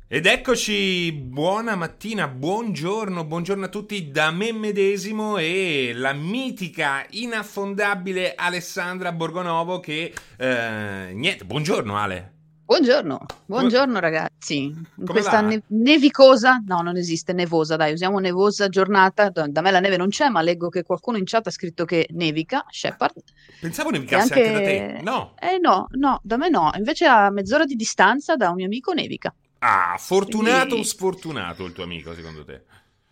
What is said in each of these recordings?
Ed eccoci, buona mattina, buongiorno a tutti da me medesimo e la mitica, inaffondabile Alessandra Borgonovo che, niente, buongiorno Ale. Buongiorno, Come, buongiorno ragazzi. In come questa va? nevicosa, no, non esiste nevosa, dai, usiamo nevosa giornata. Da me la neve non c'è, ma leggo che qualcuno in chat ha scritto che nevica, Shepard. Pensavo E nevicasse anche da te. anche... No. no, no, da me no. Invece a mezz'ora di distanza da un mio amico nevica. Ah, fortunato o Quindi sfortunato il tuo amico, secondo te?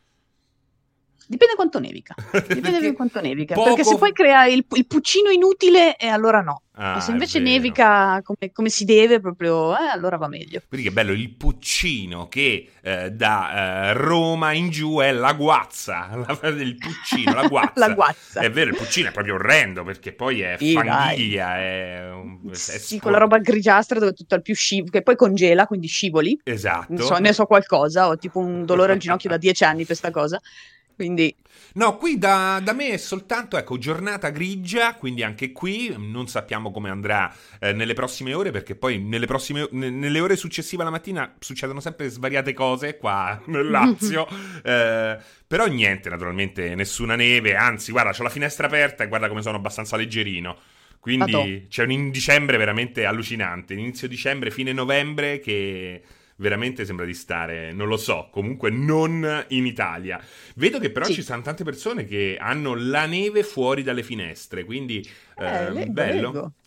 dipende quanto nevica. Dipende Perché quanto nevica. Perché se poi poco... crea il puccino inutile, allora no. Ma se Ah, è invece vero. nevica come si deve, proprio, allora va meglio. Vedi che bello il Puccino che da Roma in giù è la guazza, il Puccino, la La guazza. guazza. È vero, il Puccino è proprio orrendo perché poi è Sì, dai. fanghiglia, è Sì, quella sporco. roba grigiastra dove tutto al più scivolo, che poi congela, quindi scivoli. Esatto. Ne so qualcosa, ho tipo un dolore al ginocchio da 10 anni per sta cosa. Quindi, No, qui da me è soltanto, ecco, giornata grigia, quindi anche qui non sappiamo come andrà nelle prossime ore, perché poi nelle ore successive alla mattina succedono sempre svariate cose qua nel Lazio, però niente, naturalmente, nessuna neve, anzi, guarda, c'ho la finestra aperta e guarda come sono abbastanza leggerino. vado. Quindi c'è un dicembre veramente allucinante, inizio dicembre, fine novembre, che veramente sembra di stare, non lo so, comunque non in Italia. Vedo che però Sì. ci sono tante persone che hanno la neve fuori dalle finestre, quindi Leggo, bello. leggo.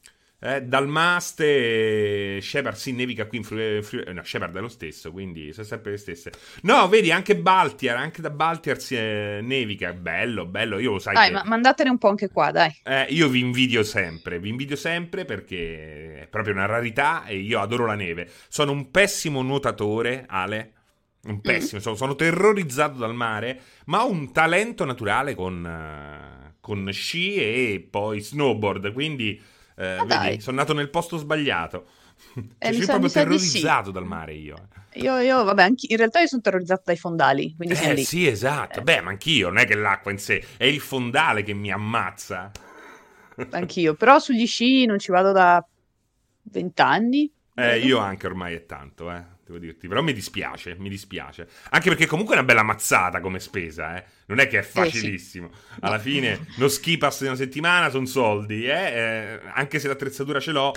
Dalmaste, Shepard si nevica qui in no, Shepard è lo stesso, quindi sono sempre le stesse. No, vedi, anche Baltiar, anche da Baltiar si nevica, bello, bello. Io lo sai Dai, che ma mandatene un po' anche qua, dai. io vi invidio sempre perché è proprio una rarità e io adoro la neve. Sono un pessimo nuotatore, Ale, un Mm. pessimo, sono terrorizzato dal mare, ma ho un talento naturale con sci e poi snowboard, quindi Ma vedi, dai, sono nato nel posto sbagliato. Cioè, sono mi proprio sa di sì. terrorizzato dal mare io. Vabbè, in realtà io sono terrorizzata dai fondali, quindi siamo lì. Sì, esatto. Eh, Beh, ma anch'io, non è che l'acqua in sé, è il fondale che mi ammazza. Anch'io, però sugli sci non ci vado da 20 anni, credo. Io anche ormai è tanto, devo dirti. Però mi dispiace, mi dispiace. Anche perché comunque è una bella mazzata come spesa, eh. Non è che è Eh sì, facilissimo. no. Alla fine, lo ski pass di una settimana sono soldi, anche se l'attrezzatura ce l'ho.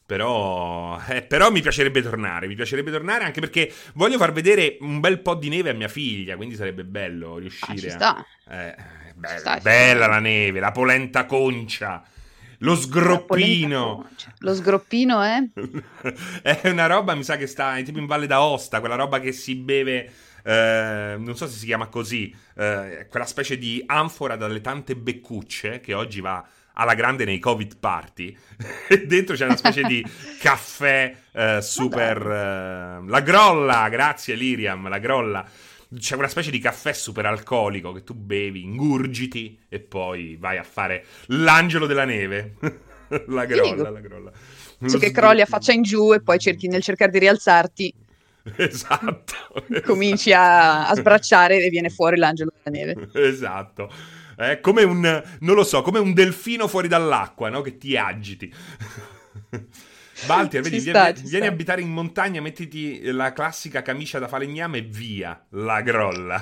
Però mi piacerebbe tornare anche perché voglio far vedere un bel po' di neve a mia figlia, quindi sarebbe bello Ah, ci riuscire a... sta, Eh, ci bella, sta bella la effettivamente. neve, la polenta concia, lo La polenta sgroppino. concia. Lo sgroppino è? È una roba, mi sa che sta tipo in Valle d'Aosta, quella roba che si beve, non so se si chiama così, quella specie di anfora dalle tante beccucce che oggi va alla grande nei Covid party. E dentro c'è una specie di caffè Ma super... dai, la grolla, grazie Liriam, la grolla. C'è una specie di caffè super alcolico che tu bevi, ingurgiti e poi vai a fare l'angelo della neve. La figo. grolla, la grolla. Lo Penso che crolli a sgroppino. faccia in giù e poi cerchi nel cercare di rialzarti, Esatto, cominci esatto. a sbracciare e viene fuori l'angelo della neve. Esatto. È come non lo so, come un delfino fuori dall'acqua, no? Che ti agiti. Baltier, vedi, Ci sta, ci vieni a sta. abitare in montagna, mettiti la classica camicia da falegname e via, la grolla.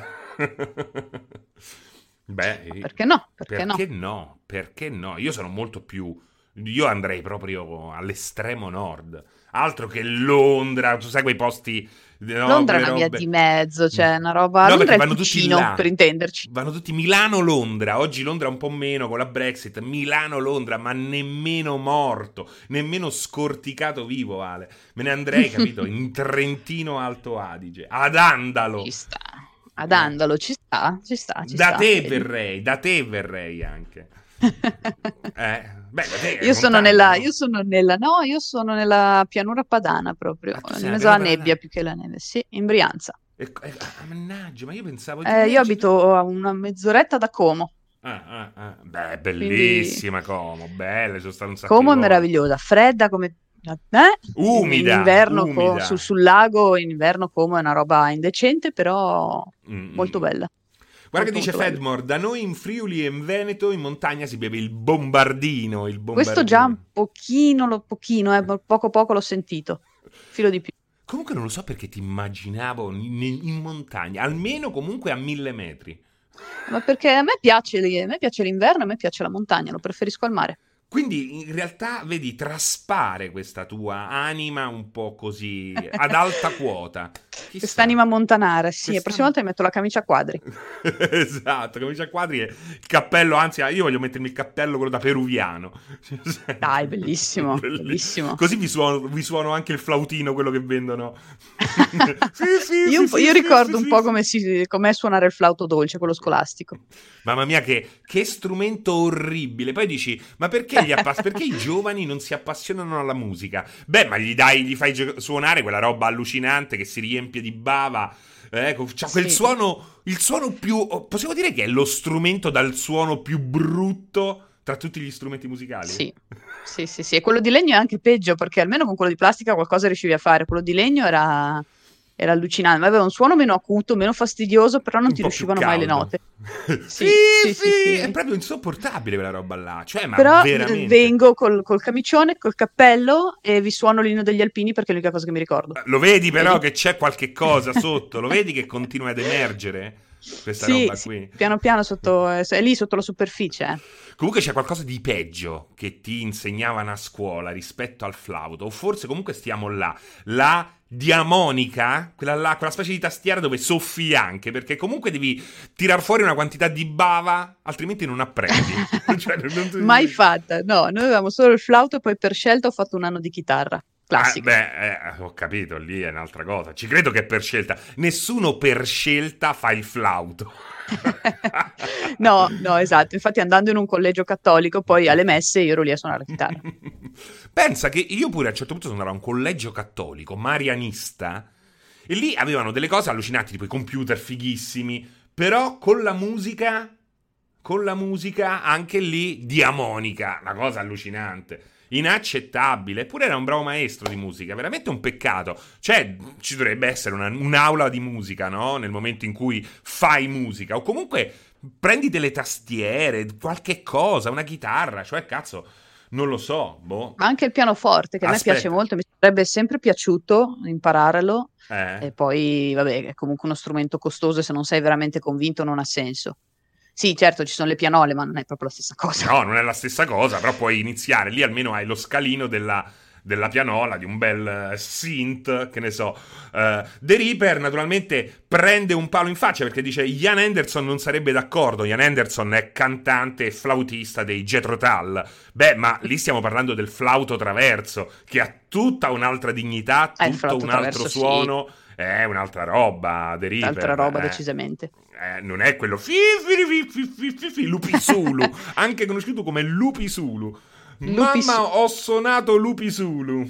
Ma Beh, perché no? Perché no? perché no? Perché no? Io sono molto più... Io andrei proprio all'estremo nord. Altro che Londra, tu sai quei posti, no, Londra è quelle una via di robe... mezzo, cioè una roba. No, Londra perché è il vanno tutti Puccino, per là. intenderci. Vanno tutti Milano-Londra. Oggi Londra un po' meno con la Brexit. Milano-Londra, ma nemmeno morto, nemmeno scorticato vivo, Ale. Me ne andrei, capito? In Trentino Alto Adige, ad Ci Andalo. sta. Ad Eh. Andalo, ci sta, ci sta, ci sta, vedi? Da te verrei anche. Beh, da te è Io sono montagna, nella, no? io sono nella, no, io sono nella pianura padana proprio, Ah, tu sei in una mezzo piano alla nebbia padana. più che la neve, sì, in Brianza. Mannaggia, ma io pensavo ti Io leggi tu. abito a una mezz'oretta da Como, Beh, quindi bellissima Como, belle, sono stato un sacco di Como è volte. meravigliosa, fredda come... in Umida, inverno umida. sul lago, in inverno Como è una roba indecente, però Mm, mm, molto mm. bella, Guarda che molto dice molto bella. Fedmore, da noi in Friuli e in Veneto, in montagna si beve il bombardino, il Questo già un bombardino. pochino, poco poco l'ho sentito, filo di più. Comunque non lo so perché ti immaginavo in montagna, almeno comunque a 1000 metri. Ma perché a me piace l'inverno, a me piace la montagna, lo preferisco al mare. Quindi in realtà, vedi, traspare questa tua anima un po' così, ad alta quota. Chissà. Quest'anima montanara, sì, la prossima Quest'anima... volta mi metto la camicia a quadri. Esatto, camicia a quadri e il cappello, anzi io voglio mettermi il cappello quello da peruviano. Dai, bellissimo, Belli- bellissimo. Così vi suono anche il flautino, quello che vendono. Sì, sì, Io, sì, sì, io sì, sì, ricordo un sì, po' sì. com'è suonare il flauto dolce, quello scolastico. Mamma mia, che strumento orribile. Poi dici, ma perché, perché i giovani non si appassionano alla musica? Beh, ma gli fai suonare quella roba allucinante che si riempie di bava. C'ha quel Sì, suono, il suono più... Possiamo dire che è lo strumento dal suono più brutto tra tutti gli strumenti musicali? sì, sì, sì, sì. E quello di legno è anche peggio, perché almeno con quello di plastica qualcosa riuscivi a fare. Quello di legno era allucinante, ma aveva un suono meno acuto, meno fastidioso, però non Un ti po' più riuscivano mai le cauto. note. Sì, Sì, sì, sì, sì, è sì. proprio insopportabile quella roba là. Cioè, ma Però veramente. vengo col camicione, col cappello e vi suono l'inno degli Alpini perché è l'unica cosa che mi ricordo. Lo vedi però Vedi? che c'è qualche cosa sotto? Lo vedi che continua ad emergere questa Sì, roba sì, qui? piano piano sotto, è lì sotto la superficie. Comunque c'è qualcosa di peggio che ti insegnavano a scuola rispetto al flauto, o forse comunque stiamo là. La diamonica, quella là, quella specie di tastiera dove soffi anche, perché comunque devi tirar fuori una quantità di bava, altrimenti non apprendi. Cioè, Mai fatta, no, noi avevamo solo il flauto e poi per scelta ho fatto un anno di chitarra, classica. Ho capito, lì è un'altra cosa. Ci credo che per scelta. Nessuno per scelta fa il flauto. No, no, esatto, infatti andando in un collegio cattolico, poi alle messe io ero lì a suonare la chitarra. Pensa che io pure a un certo punto sono andato a un collegio cattolico, marianista, e lì avevano delle cose allucinanti, tipo i computer fighissimi, però con la musica anche lì diamonica, una cosa allucinante. Inaccettabile, eppure era un bravo maestro di musica, veramente un peccato. Cioè, ci dovrebbe essere un'aula di musica, no? Nel momento in cui fai musica, o comunque prendi delle tastiere, qualche cosa, una chitarra, cioè, cazzo, non lo so, boh. Ma anche il pianoforte, che a me piace Aspetta, molto, mi sarebbe sempre piaciuto impararlo, eh? e poi, vabbè, è comunque uno strumento costoso e se non sei veramente convinto non ha senso. Sì, certo, ci sono le pianole, ma non è proprio la stessa cosa. No, non è la stessa cosa, però puoi iniziare. Lì almeno hai lo scalino della pianola, di un bel synth, che ne so. The Reaper naturalmente prende un palo in faccia perché dice Ian Anderson non sarebbe d'accordo. Ian Anderson è cantante e flautista dei Jethro Tull. Beh, ma lì stiamo parlando del flauto traverso, che ha tutta un'altra dignità, Il tutto flauto un altro traverso, sì, suono. È un'altra roba, The altra Reaper. roba decisamente. Non è quello Lupisulu, anche conosciuto come Lupisulu. Lupi su, Mamma, ho suonato Lupisulu.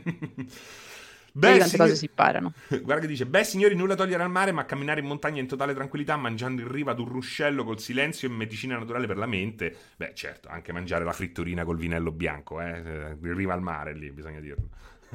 vedi Beh, quante cose signori... si imparano. Guarda che dice, beh signori, nulla togliere al mare, ma camminare in montagna in totale tranquillità, mangiando in riva ad un ruscello col silenzio e medicina naturale per la mente. Beh, certo, anche mangiare la fritturina col vinello bianco, in riva al mare lì, bisogna dirlo.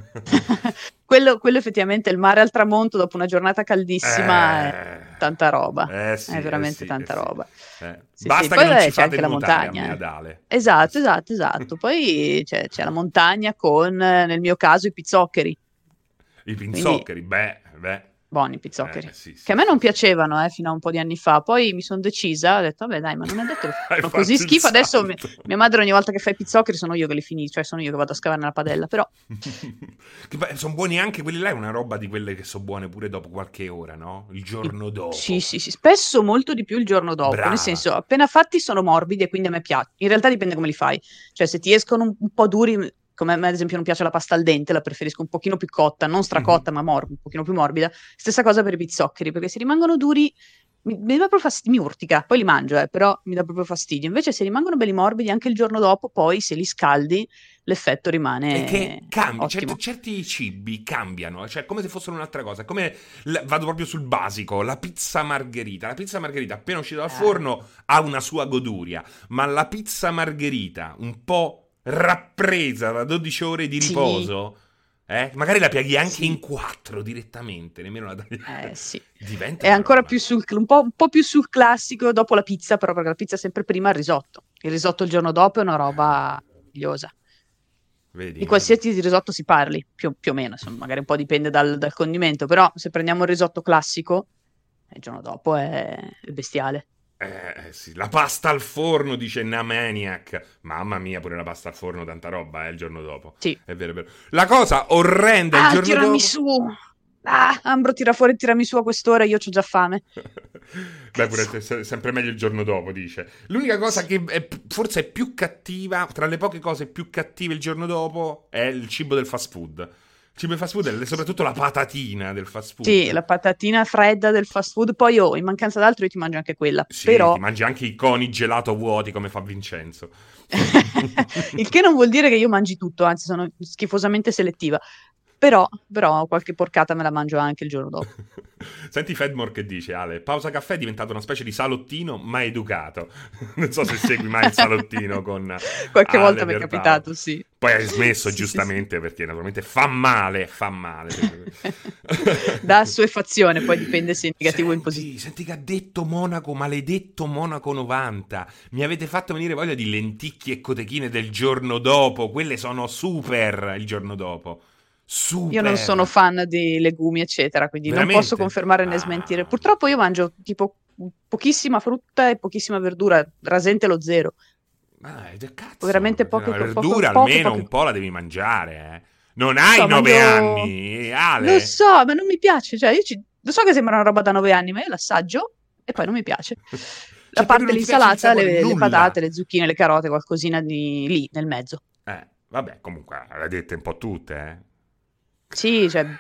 Quello effettivamente, il mare al tramonto dopo una giornata caldissima è Eh, tanta roba, sì, è veramente eh tanta sì. roba. Sì, sì, Basta che poi non vabbè, ci c'è fate anche la nuotare a montagna. me, Adale. Esatto, esatto, esatto. Poi c'è la montagna con, nel mio caso, i pizzoccheri. I Quindi pinzoccheri, beh. buoni pizzoccheri. Sì, Che a sì, me non sì. piacevano, fino a un po' di anni fa. Poi mi sono decisa, ho detto, vabbè, dai, ma non è detto che Hai fanno così fatto il schifo. Adesso salto. mia madre ogni volta che fa i pizzoccheri sono io che li finisco, cioè sono io che vado a scavare nella padella. Però Sono buoni anche quelli là, è una roba di quelle che sono buone pure dopo qualche ora, no? Il giorno sì, dopo. sì, sì, spesso molto di più il giorno dopo. Nel Brava. senso, appena fatti sono morbidi e quindi a me piace. In realtà dipende come li fai. Cioè, se ti escono un po' duri, come a me ad esempio non piace la pasta al dente, la preferisco un pochino più cotta, non Mhm. stracotta, ma un pochino più morbida. Stessa cosa per i pizzoccheri, perché se rimangono duri mi dà proprio fastidio, mi urtica. Poi li mangio, però mi dà proprio fastidio. Invece se rimangono belli morbidi anche il giorno dopo, poi se li scaldi, l'effetto E che rimane cambia, ottimo. certi cibi cambiano, cioè come se fossero un'altra cosa. Come vado proprio sul basico, la pizza margherita. La pizza margherita appena uscita dal Eh, forno ha una sua goduria, ma la pizza margherita un po' rappresa da 12 ore di sì, riposo, magari la pieghi anche in sì. 4 direttamente, nemmeno la tagli. Sì. Diventa È una ancora roba. più un po' più sul classico dopo la pizza, però perché la pizza è sempre prima il risotto. Il risotto il giorno dopo è una roba meravigliosa. Vedi, Di vedi. qualsiasi risotto si parli, più o meno, insomma, magari un po' dipende dal condimento, però se prendiamo il risotto classico, il giorno dopo è bestiale. Sì, la pasta al forno, dice Namaniac. Mamma mia, pure la pasta al forno, tanta roba, il giorno dopo. Sì. È vero, è vero. La cosa orrenda il Ah, il giorno dopo. tiramisù! Ah, Ambro tira fuori il tiramisù a quest'ora, io c'ho già fame. Beh, pure Cazzo. sempre meglio il giorno dopo, dice. L'unica cosa Sì. che forse è più cattiva, tra le poche cose più cattive il giorno dopo, è il cibo del fast food. Il cibo del fast food è soprattutto la patatina del fast Sì, food. la patatina fredda del fast food, poi in mancanza d'altro io ti mangio anche quella, Sì, ti però mangi anche i coni gelato vuoti come fa Vincenzo. il che non vuol dire che io mangi tutto, anzi sono schifosamente selettiva, però qualche porcata me la mangio anche il giorno dopo. Senti Fedmore che dice, Ale, Pausa Caffè è diventato una specie di salottino ma educato. Non so se segui mai il salottino con Qualche Ale volta mi è Pierpaolo. capitato, sì. Poi hai smesso Sì, sì, sì. giustamente perché naturalmente fa male, fa male. Da assuefazione, poi dipende se è negativo o in positivo. Senti che ha detto Monaco, maledetto Monaco 90. Mi avete fatto venire voglia di lenticchie e cotechine del giorno dopo. Quelle sono super il giorno dopo. Io non sono Super. fan di legumi, eccetera, quindi non posso Veramente? confermare né smentire. Ah. Purtroppo io mangio tipo pochissima frutta e pochissima verdura, rasente lo zero. Ma cazzo, Veramente la poche, verdura almeno poche. un po' la devi mangiare, eh. Non hai So, 9 mangio. anni, Lo Ale. so, ma non mi piace. Cioè, lo so che sembra una roba da 9 anni, ma io l'assaggio e poi non mi piace. A Cioè, proprio parte non ti piace il l'insalata, sapore, le nulla. patate, le zucchine, le carote, qualcosina di lì, nel mezzo. Vabbè, comunque, l'hai dette un po' tutte, eh. Sì, cioè,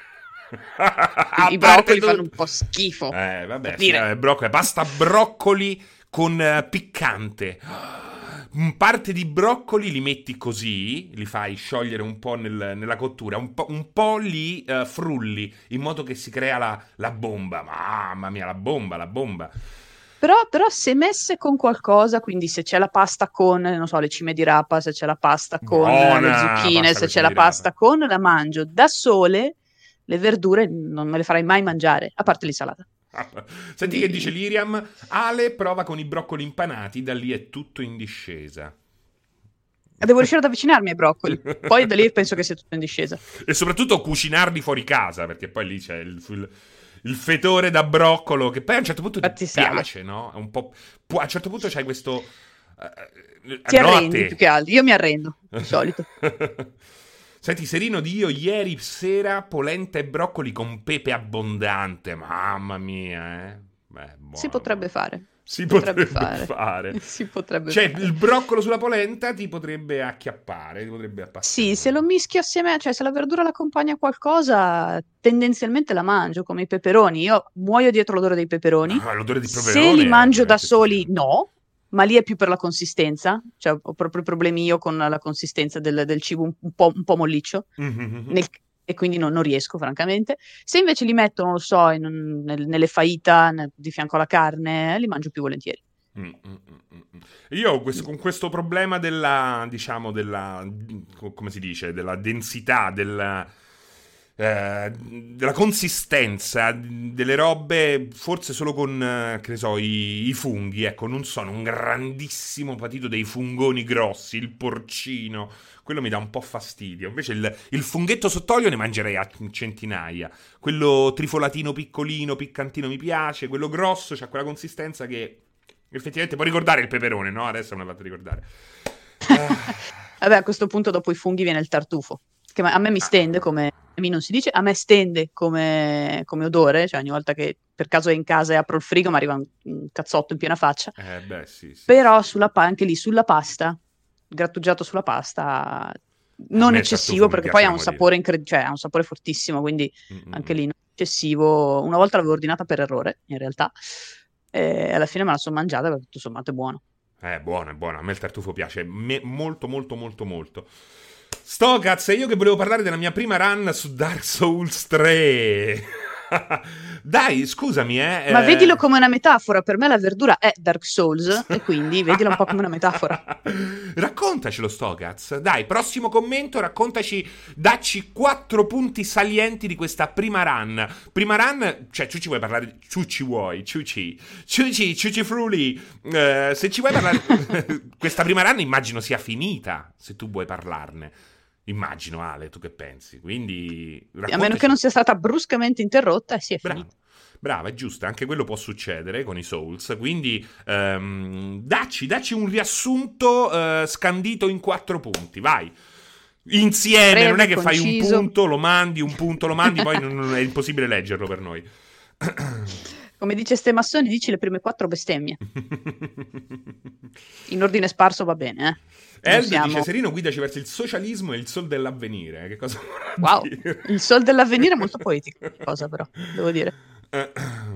A i parte broccoli fanno tutto. un po' schifo, per Vabbè, sì, dire. broccoli, pasta broccoli con piccante. Un parte di broccoli li metti così, li fai sciogliere un po' nella cottura, un po' li frulli, in modo che si crea la bomba. Mamma mia, la bomba. Però se messe con qualcosa, quindi se c'è la pasta con, non so, le cime di rapa, se c'è la pasta con le Buona zucchine, pasta se con c'è cime la di rapa. pasta con, la mangio da sole, le verdure non me le farai mai mangiare, a parte l'insalata. Senti che dice Quindi Liriam, Ale prova con i broccoli impanati, da lì è tutto in discesa. devo riuscire ad avvicinarmi ai broccoli, poi da lì penso che sia tutto in discesa. E soprattutto cucinarli fuori casa, perché poi lì c'è il fetore da broccolo, che poi a un certo punto ti Infatti sale. piace, no? È un po'. A un certo punto c'hai questo. Ti No a arrendi più te. che altro. Io mi arrendo, di solito. Senti, Serino, di io ieri sera polenta e broccoli con pepe abbondante. Mamma mia, eh. Beh, Si buono, potrebbe buono. fare. Si Si potrebbe potrebbe fare. fare. Si potrebbe Cioè, fare. il broccolo sulla polenta ti potrebbe acchiappare, ti potrebbe Sì, se lo appassionare. mischio assieme, cioè se la verdura l'accompagna a qualcosa, tendenzialmente la mangio, come i peperoni. Io muoio dietro l'odore dei peperoni. No, l'odore di Se li peperone è mangio da veramente soli, staccato. no, ma lì è più per la consistenza. Cioè, ho proprio problemi io con la consistenza del cibo un po' molliccio, Mhm. nel- e quindi non riesco, francamente. Se invece li metto, non lo so, nelle fajita, di fianco alla carne, li mangio più volentieri. Mm, mm, mm, mm, mm. Io con questo problema della, diciamo, come si dice, della densità, della consistenza delle robe, forse solo con, che ne so, i funghi, ecco, non sono un grandissimo patito dei fungoni grossi, il porcino, quello mi dà un po' fastidio. Invece il funghetto sott'olio ne mangerei a centinaia. Quello trifolatino piccolino, piccantino mi piace, quello grosso c'ha quella consistenza che effettivamente può ricordare il peperone, no? Adesso me l'ha fatto ricordare. Vabbè, a questo punto dopo i funghi viene il tartufo, che a me mi stende come, a me non si dice, a me stende come odore, cioè ogni volta che per caso è in casa e apro il frigo mi arriva un cazzotto in piena faccia, Beh, sì, sì, però sì. anche lì sulla pasta, grattugiato sulla pasta, A non me il tartufo eccessivo mi perché poi piace ha da un morire. sapore, cioè ha un sapore fortissimo, quindi anche Mm-mm. lì non eccessivo. Una volta l'avevo ordinata per errore, in realtà, e alla fine me la sono mangiata perché tutto sommato è buono. È buono, è buono. A me il tartufo piace molto, molto, molto, molto. Sto cazzo, io che volevo parlare della mia prima run su Dark Souls 3. Dai, scusami, Ma vedilo come una metafora, per me la verdura è Dark Souls e quindi vedila un po' come una metafora. Raccontacelo, Stogaz. Dai, prossimo commento, raccontaci, dacci 4 punti salienti di questa prima run. Prima run, cioè, tu ci vuoi parlare, Ciuci Fruli. Se ci vuoi parlare, questa prima run immagino sia finita, se tu vuoi parlarne. Immagino, Ale, tu che pensi? Quindi A meno raccontaci. che non sia stata bruscamente interrotta e si è Bravo. finita. Brava, è giusto, anche quello può succedere con i Souls, quindi dacci un riassunto scandito in 4 punti, vai. Insieme, non è Breve, che fai conciso. un punto lo mandi, poi è impossibile leggerlo per noi. Come dice Ste Massoni, dici le prime 4 bestemmie. In ordine sparso va bene, eh? Non Eld dice: siamo... Serino, guidaci verso il socialismo e il sol dell'avvenire. Che cosa vorrà Wow, dire? il sol dell'avvenire è molto poetica cosa però, devo dire. Eh,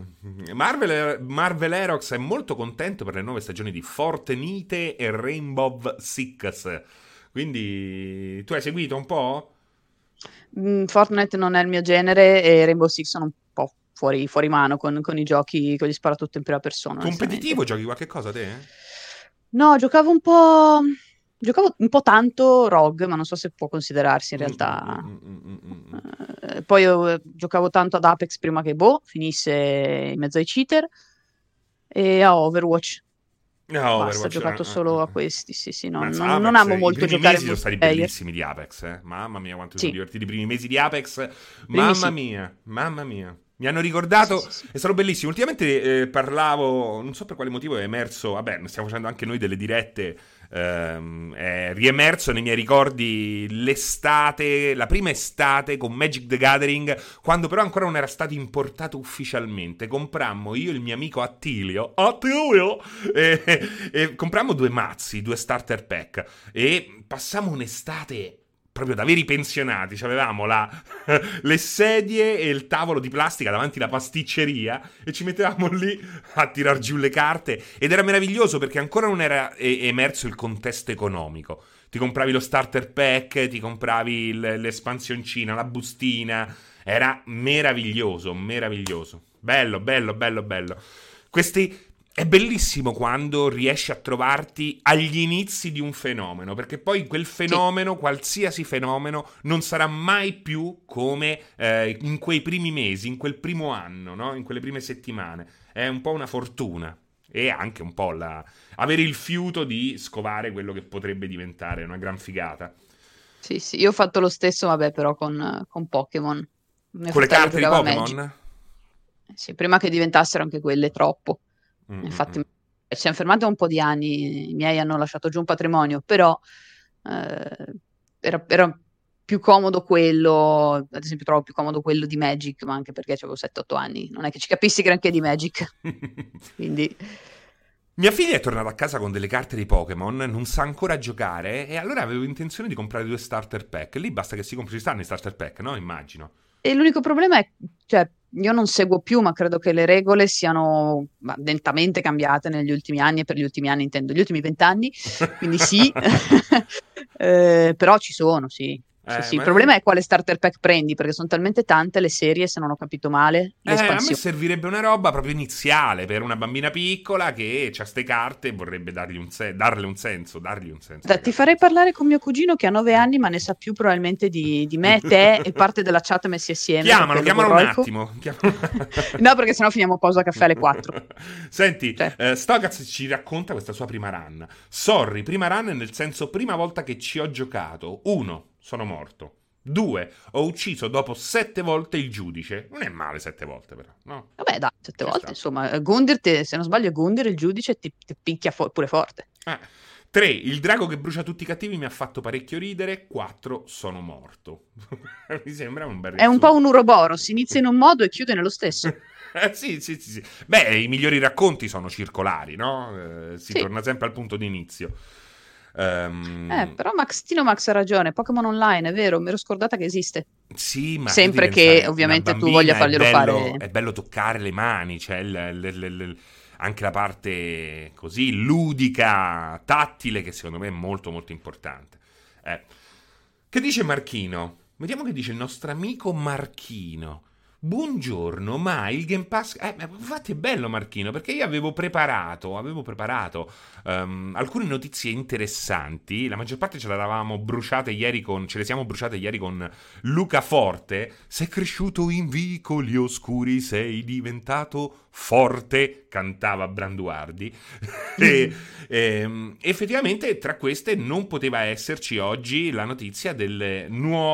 Marvel Heroes è molto contento per le nuove stagioni di Fortnite e Rainbow Six. Quindi tu hai seguito un po'? Fortnite non è il mio genere e Rainbow Six sono un po' fuori mano con i giochi, con gli sparatutto in prima persona, Competitivo, onestamente. giochi qualche cosa te? No, giocavo un po' tanto Rogue, ma non so se può considerarsi in Mm, mm, mm, realtà. mm, mm, mm, mm. Poi giocavo tanto ad Apex prima che finisse in mezzo ai cheater e a Overwatch. No, Basta, ho Overwatch. giocato solo a questi. Sì, sì, Mazza, non Apex, amo i molto primi giocare mesi sono stati multiplayer. bellissimi di Apex, eh. Mamma mia, quanto mi sono Sì, divertito i primi mesi di Apex. primi Mamma sì. mia, mamma mia. Mi hanno Sì, ricordato, sì, sì. è stato bellissimo. Ultimamente parlavo, non so per quale motivo è emerso, vabbè, stiamo facendo anche noi delle dirette, è riemerso nei miei ricordi l'estate, la prima estate con Magic the Gathering, quando però ancora non era stato importato ufficialmente. Comprammo io e il mio amico Attilio, e comprammo 2 mazzi, 2 starter pack, e passammo un'estate proprio da veri pensionati. Cioè, avevamo le sedie e il tavolo di plastica davanti alla pasticceria e ci mettevamo lì a tirar giù le carte, ed era meraviglioso perché ancora non era emerso il contesto economico. Ti compravi lo starter pack, ti compravi l'espansioncina, la bustina. Era meraviglioso, meraviglioso. Bello, bello, bello, bello. Questi È bellissimo quando riesci a trovarti agli inizi di un fenomeno, perché poi quel Sì, fenomeno, qualsiasi fenomeno, non sarà mai più come in quei primi mesi, in quel primo anno, no? In quelle prime settimane. È un po' una fortuna e anche un po' avere il fiuto di scovare quello che potrebbe diventare una gran figata. sì, sì. Io ho fatto lo stesso, vabbè, però con Pokémon. Mio Con le fratello carte di giocava a Magic. Pokémon? Sì, prima che diventassero anche quelle troppo. Infatti Mm-mm. ci siamo fermati un po' di anni, i miei hanno lasciato giù un patrimonio, però eh, era più comodo quello, ad esempio trovo più comodo quello di Magic, ma anche perché avevo 7-8 anni, non è che ci capissi granché di Magic, quindi Mia figlia è tornata a casa con delle carte di Pokémon, non sa ancora giocare, e allora avevo intenzione di comprare 2 starter pack. Lì basta che si compri, ci stanno i starter pack, no? Immagino. E l'unico problema è, cioè, io non seguo più, ma credo che le regole siano lentamente cambiate negli ultimi anni, e per gli ultimi anni intendo gli ultimi 20 anni, quindi sì, però ci sono, sì. Sì, sì. Il Ma problema è quale starter pack prendi, perché sono talmente tante le serie, se non ho capito male, le a me espansioni. servirebbe una roba proprio iniziale per una bambina piccola che ha ste carte e vorrebbe darle un senso, dargli un senso alle Ti carte. farei parlare con mio cugino che ha 9 anni, ma ne sa più probabilmente di me, te e parte della chat messi assieme, perché lo Chiamalo un vorrò attimo. No, perché sennò finiamo pausa caffè alle 4. Senti, Cioè, Stogaz ci racconta questa sua prima run. Sorry, prima run nel senso prima volta che ci ho giocato. 1, sono morto. 2, ho ucciso dopo 7 volte il giudice. Non è male 7 volte però, no? vabbè, dai, 7 volte, Sta. insomma. Gundir, se non sbaglio, Gundir, il giudice, ti picchia pure forte. Eh. 3, il drago che brucia tutti i cattivi mi ha fatto parecchio ridere. 4, sono morto. Mi sembra un bel È un po' riassunto. un Uroboros, inizia in un modo e chiude nello stesso. Sì, sì, sì, sì. Beh, i migliori racconti sono circolari, no? Si Sì, torna sempre al punto di inizio. Ehm, però Tino Max ha ragione, Pokémon Online, è vero, mi ero scordata che esiste. sì, ma tu devi Sempre che pensare, una ovviamente tu voglia bambina farglielo fare. è bello toccare le mani, cioè anche la parte così ludica, tattile, che secondo me è molto molto importante. Che dice Marchino? Vediamo che dice il nostro amico Marchino. buongiorno, ma il Game Pass... infatti è bello Marchino, perché io avevo preparato alcune notizie interessanti, la maggior parte ce le siamo bruciate ieri con Luca Forte. Sei cresciuto in vicoli oscuri, sei diventato forte, cantava Branduardi. Effettivamente tra queste non poteva esserci oggi la notizia dei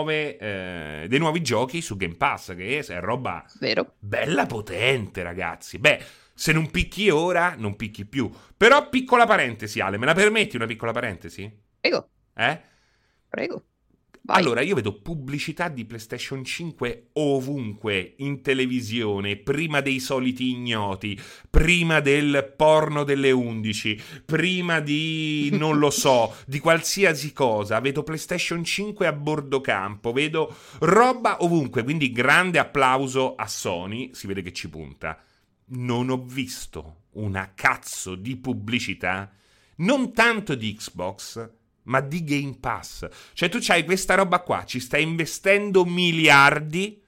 nuovi giochi su Game Pass, che è roba Vero? bella potente, ragazzi. Beh, se non picchi ora, non picchi più. Però piccola parentesi, Ale, me la permetti una piccola parentesi? Prego, Eh? prego. Vai. Allora, io vedo pubblicità di PlayStation 5 ovunque, in televisione, prima dei soliti ignoti, prima del porno delle 11, prima di, non lo so, di qualsiasi cosa. Vedo PlayStation 5 a bordo campo, vedo roba ovunque, quindi grande applauso a Sony, si vede che ci punta. Non ho visto una cazzo di pubblicità, non tanto di Xbox, ma di Game Pass. Cioè tu c'hai questa roba qua, ci stai investendo miliardi,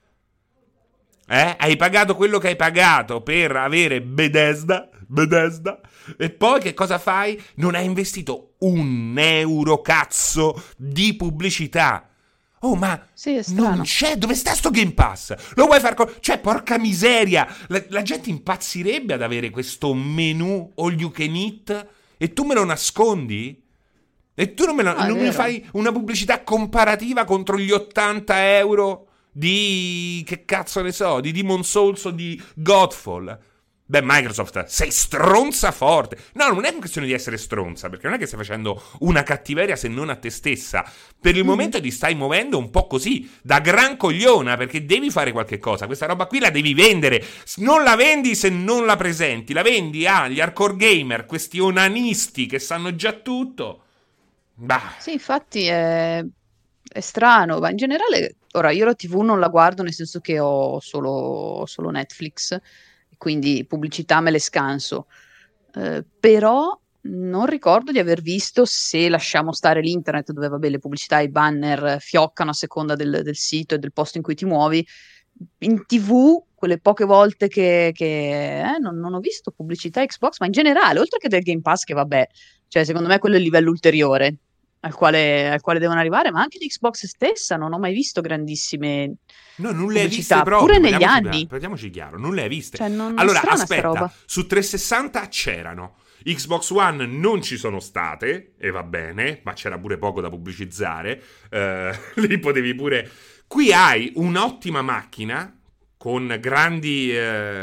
hai pagato quello che hai pagato per avere Bethesda, e poi che cosa fai? Non hai investito un euro cazzo di pubblicità. Oh, ma Sì, è non strano. c'è, dove sta sto Game Pass? Lo vuoi far cioè, porca miseria, la gente impazzirebbe ad avere questo menu all you can eat e tu me lo nascondi? E tu non mi fai una pubblicità comparativa contro gli 80 euro di, che cazzo ne so, di Demon's Souls o di Godfall? Beh, Microsoft, sei stronza forte. No, non è una questione di essere stronza, perché non è che stai facendo una cattiveria se non a te stessa. Per il momento ti stai muovendo un po' così, da gran cogliona, perché devi fare qualche cosa. Questa roba qui la devi vendere. Non la vendi se non la presenti. La vendi agli hardcore gamer, questi onanisti che sanno già tutto. Bah. Sì, infatti è strano, ma in generale, ora io la TV non la guardo nel senso che ho solo Netflix, quindi pubblicità me le scanso. Però non ricordo di aver visto, se lasciamo stare l'internet dove vabbè le pubblicità e i banner fioccano a seconda del sito e del posto in cui ti muovi, in TV quelle poche volte che non ho visto pubblicità Xbox, ma in generale, oltre che del Game Pass, che vabbè, cioè secondo me quello è il livello ulteriore al quale devono arrivare, ma anche di Xbox stessa non ho mai visto grandissime No, non le hai viste pubblicità, proprio. pure negli anni. Parliamoci chiaro, non le hai viste. Cioè, non è Allora, strana sta aspetta, roba. su 360 c'erano. Xbox One non ci sono state, e va bene, ma c'era pure poco da pubblicizzare. Lì potevi pure... Qui hai un'ottima macchina con grandi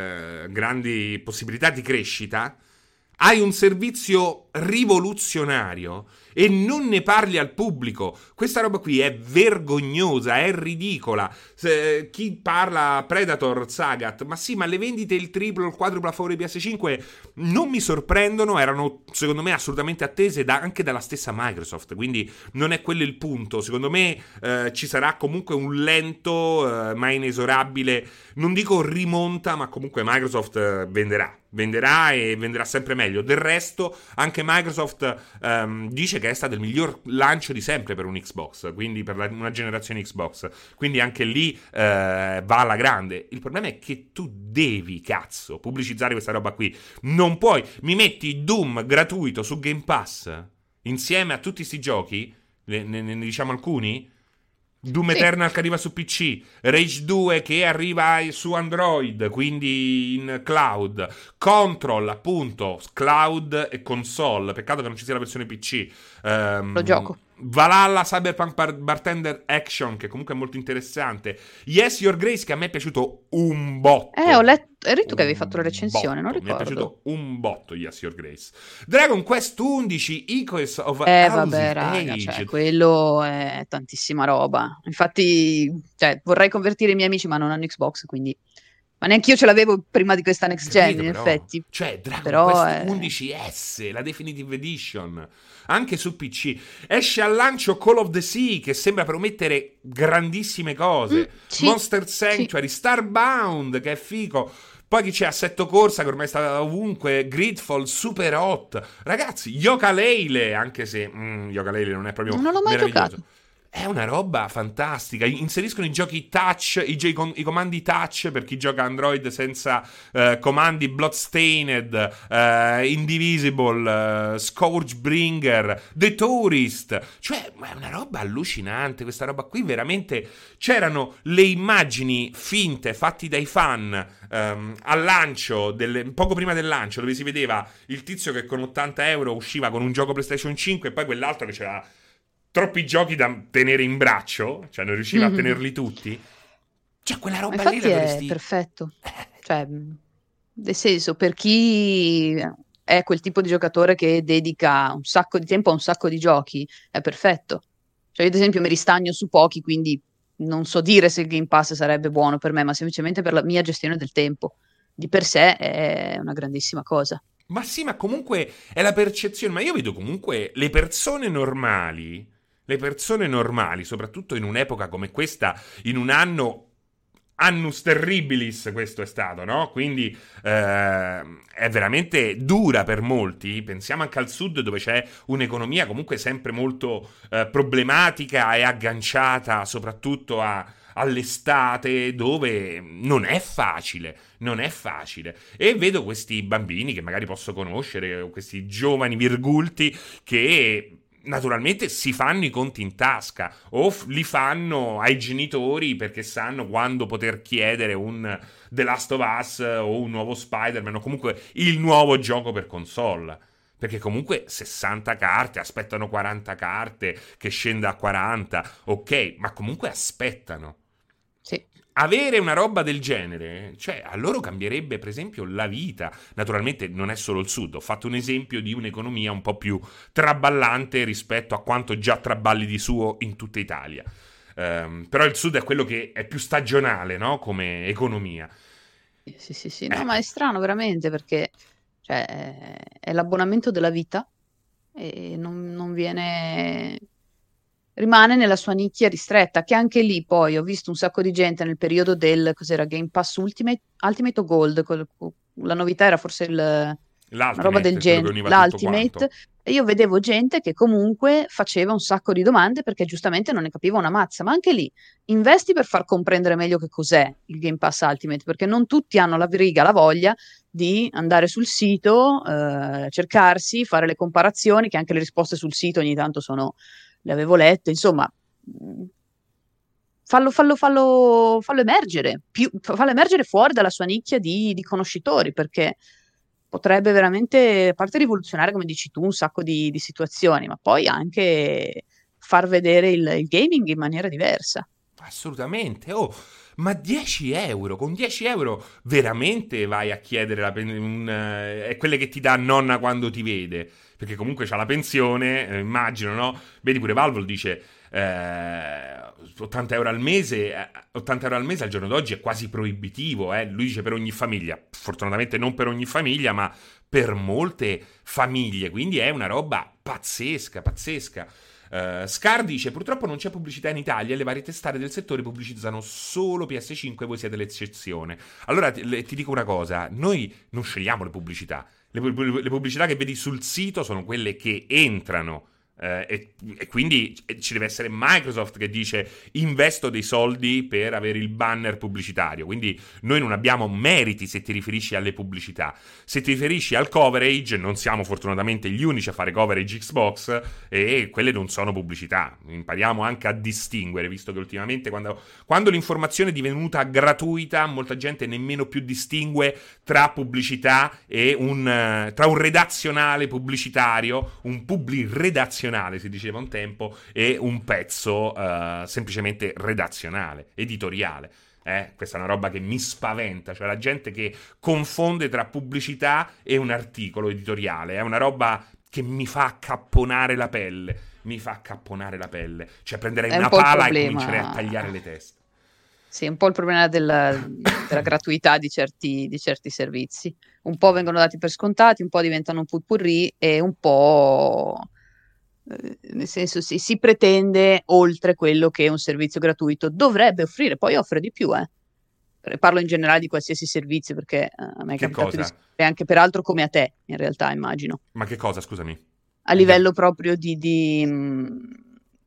possibilità di crescita. Hai un servizio rivoluzionario e non ne parli al pubblico. Questa roba qui è vergognosa, è ridicola. Chi parla Predator, Sagat, ma sì, ma le vendite il triplo, il quadruplo a favore di PS5 non mi sorprendono, erano secondo me assolutamente attese anche dalla stessa Microsoft, quindi non è quello il punto. Secondo me ci sarà comunque un lento ma inesorabile, non dico rimonta, ma comunque Microsoft venderà e venderà sempre meglio. Del resto anche Microsoft dice che è stato il miglior lancio di sempre per un Xbox, quindi per una generazione Xbox, quindi anche lì va alla grande. Il problema è che tu devi, cazzo, pubblicizzare questa roba qui. Non puoi, mi metti Doom gratuito su Game Pass insieme a tutti sti giochi, ne diciamo alcuni? Doom Sì. Eternal che arriva su PC, Rage 2 che arriva su Android, quindi in cloud, Control appunto, cloud e console, peccato che non ci sia la versione PC. Lo gioco. Valhalla Cyberpunk Bartender Action, che comunque è molto interessante. Yes Your Grace, che a me è piaciuto un botto. Ho letto, eri tu che avevi fatto la recensione, non Mi è ricordo. piaciuto un botto Yes Your Grace. Dragon Quest 11 Echoes of Vabbè, House raga, Age. cioè, quello è tantissima roba. Infatti, cioè, vorrei convertire i miei amici, ma non hanno Xbox, quindi... Ma neanche io ce l'avevo prima di questa next gen, Capito, in però. effetti. Cioè, Dragon Però Quest 11S, la Definitive Edition, anche su PC. Esce al lancio Call of the Sea, che sembra promettere grandissime cose. Sì, Monster Sanctuary, Starbound, che è figo. Poi chi c'è? Assetto Corsa, che ormai sta ovunque. Gridfall, Super Hot. Ragazzi, Yooka-Laylee, anche se Yooka-Laylee non è proprio non l'ho mai meraviglioso. giocato. È una roba fantastica. Inseriscono i giochi touch, i comandi touch per chi gioca Android senza comandi, Bloodstained, Indivisible, Scourgebringer, The Tourist. Cioè, è una roba allucinante questa roba qui. Veramente c'erano le immagini finte fatti dai fan al lancio, poco prima del lancio, dove si vedeva il tizio che con 80 euro usciva con un gioco PlayStation 5 e poi quell'altro che c'era troppi giochi da tenere in braccio, cioè non riusciva a tenerli tutti. Cioè quella Ma roba lì infatti la è dovresti... perfetto. Cioè, nel senso, per chi è quel tipo di giocatore che dedica un sacco di tempo a un sacco di giochi, è perfetto. Cioè, io ad esempio mi ristagno su pochi, quindi non so dire se il Game Pass sarebbe buono per me, ma semplicemente per la mia gestione del tempo. Di per sé è una grandissima cosa. Ma sì, ma comunque è la percezione, ma io vedo comunque le persone normali, soprattutto in un'epoca come questa, in un anno annus terribilis questo è stato, no? Quindi è veramente dura per molti. Pensiamo anche al sud dove c'è un'economia comunque sempre molto problematica e agganciata soprattutto all'estate dove non è facile, non è facile. E vedo questi bambini che magari posso conoscere, o questi giovani virgulti che naturalmente si fanno i conti in tasca o li fanno ai genitori perché sanno quando poter chiedere un The Last of Us o un nuovo Spider-Man o comunque il nuovo gioco per console. Perché comunque 60 carte, aspettano 40 carte che scenda a 40, ok, ma comunque aspettano. Sì. Avere una roba del genere, cioè a loro cambierebbe per esempio la vita. Naturalmente non è solo il sud, ho fatto un esempio di un'economia un po' più traballante rispetto a quanto già traballi di suo in tutta Italia. Però il sud è quello che è più stagionale, no? Come economia. Sì, sì, sì, no, Eh, ma è strano veramente perché cioè, è l'abbonamento della vita e non viene, rimane nella sua nicchia ristretta, che anche lì poi ho visto un sacco di gente nel periodo del, cos'era, Game Pass Ultimate o Gold, la novità era forse una roba del L'Ultimate, quello che genere, univa tutto l'Ultimate, quanto. e io vedevo gente che comunque faceva un sacco di domande perché giustamente non ne capiva una mazza, ma anche lì investi per far comprendere meglio che cos'è il Game Pass Ultimate, perché non tutti hanno la briga, la voglia di andare sul sito, cercarsi, fare le comparazioni, che anche le risposte sul sito ogni tanto sono, le avevo lette, insomma, fallo emergere, fallo emergere fuori dalla sua nicchia di conoscitori, perché potrebbe veramente, a parte rivoluzionare, come dici tu, un sacco di situazioni, ma poi anche far vedere il gaming in maniera diversa. Assolutamente. Oh, ma 10 euro? Con 10 euro veramente vai a chiedere è quelle che ti dà nonna quando ti vede. Perché comunque c'ha la pensione, immagino, no? Vedi pure Valvo dice 80 euro al mese, 80 euro al mese al giorno d'oggi è quasi proibitivo, eh? Lui dice per ogni famiglia. Fortunatamente non per ogni famiglia, ma per molte famiglie. Quindi è una roba pazzesca, pazzesca. Scar dice purtroppo non c'è pubblicità in Italia e le varie testate del settore pubblicizzano solo PS5 e voi siete l'eccezione. Allora ti dico una cosa, noi non scegliamo le pubblicità, le pubblicità che vedi sul sito sono quelle che entrano. E quindi ci deve essere Microsoft che dice investo dei soldi per avere il banner pubblicitario, quindi noi non abbiamo meriti se ti riferisci alle pubblicità. Se ti riferisci al coverage, non siamo fortunatamente gli unici a fare coverage Xbox e quelle non sono pubblicità. Impariamo anche a distinguere, visto che ultimamente quando l'informazione è divenuta gratuita molta gente nemmeno più distingue tra pubblicità e tra un redazionale pubblicitario, un redazionale si diceva un tempo, e un pezzo semplicemente redazionale, editoriale. Questa è una roba che mi spaventa, cioè la gente che confonde tra pubblicità e un articolo editoriale, è una roba che mi fa accapponare la pelle, mi fa accapponare la pelle, cioè prenderei È un una po' il pala e comincerei a problema. tagliare le teste. Sì, un po' il problema della gratuità di certi servizi. Un po' vengono dati per scontati, un po' diventano un potpourri e un po', nel senso, si pretende oltre quello che un servizio gratuito dovrebbe offrire. Poi offre di più, eh. Parlo in generale di qualsiasi servizio, perché a me è Che capitato di cosa? scrivere anche per altro come a te, in realtà, immagino Ma che cosa, scusami? a livello proprio di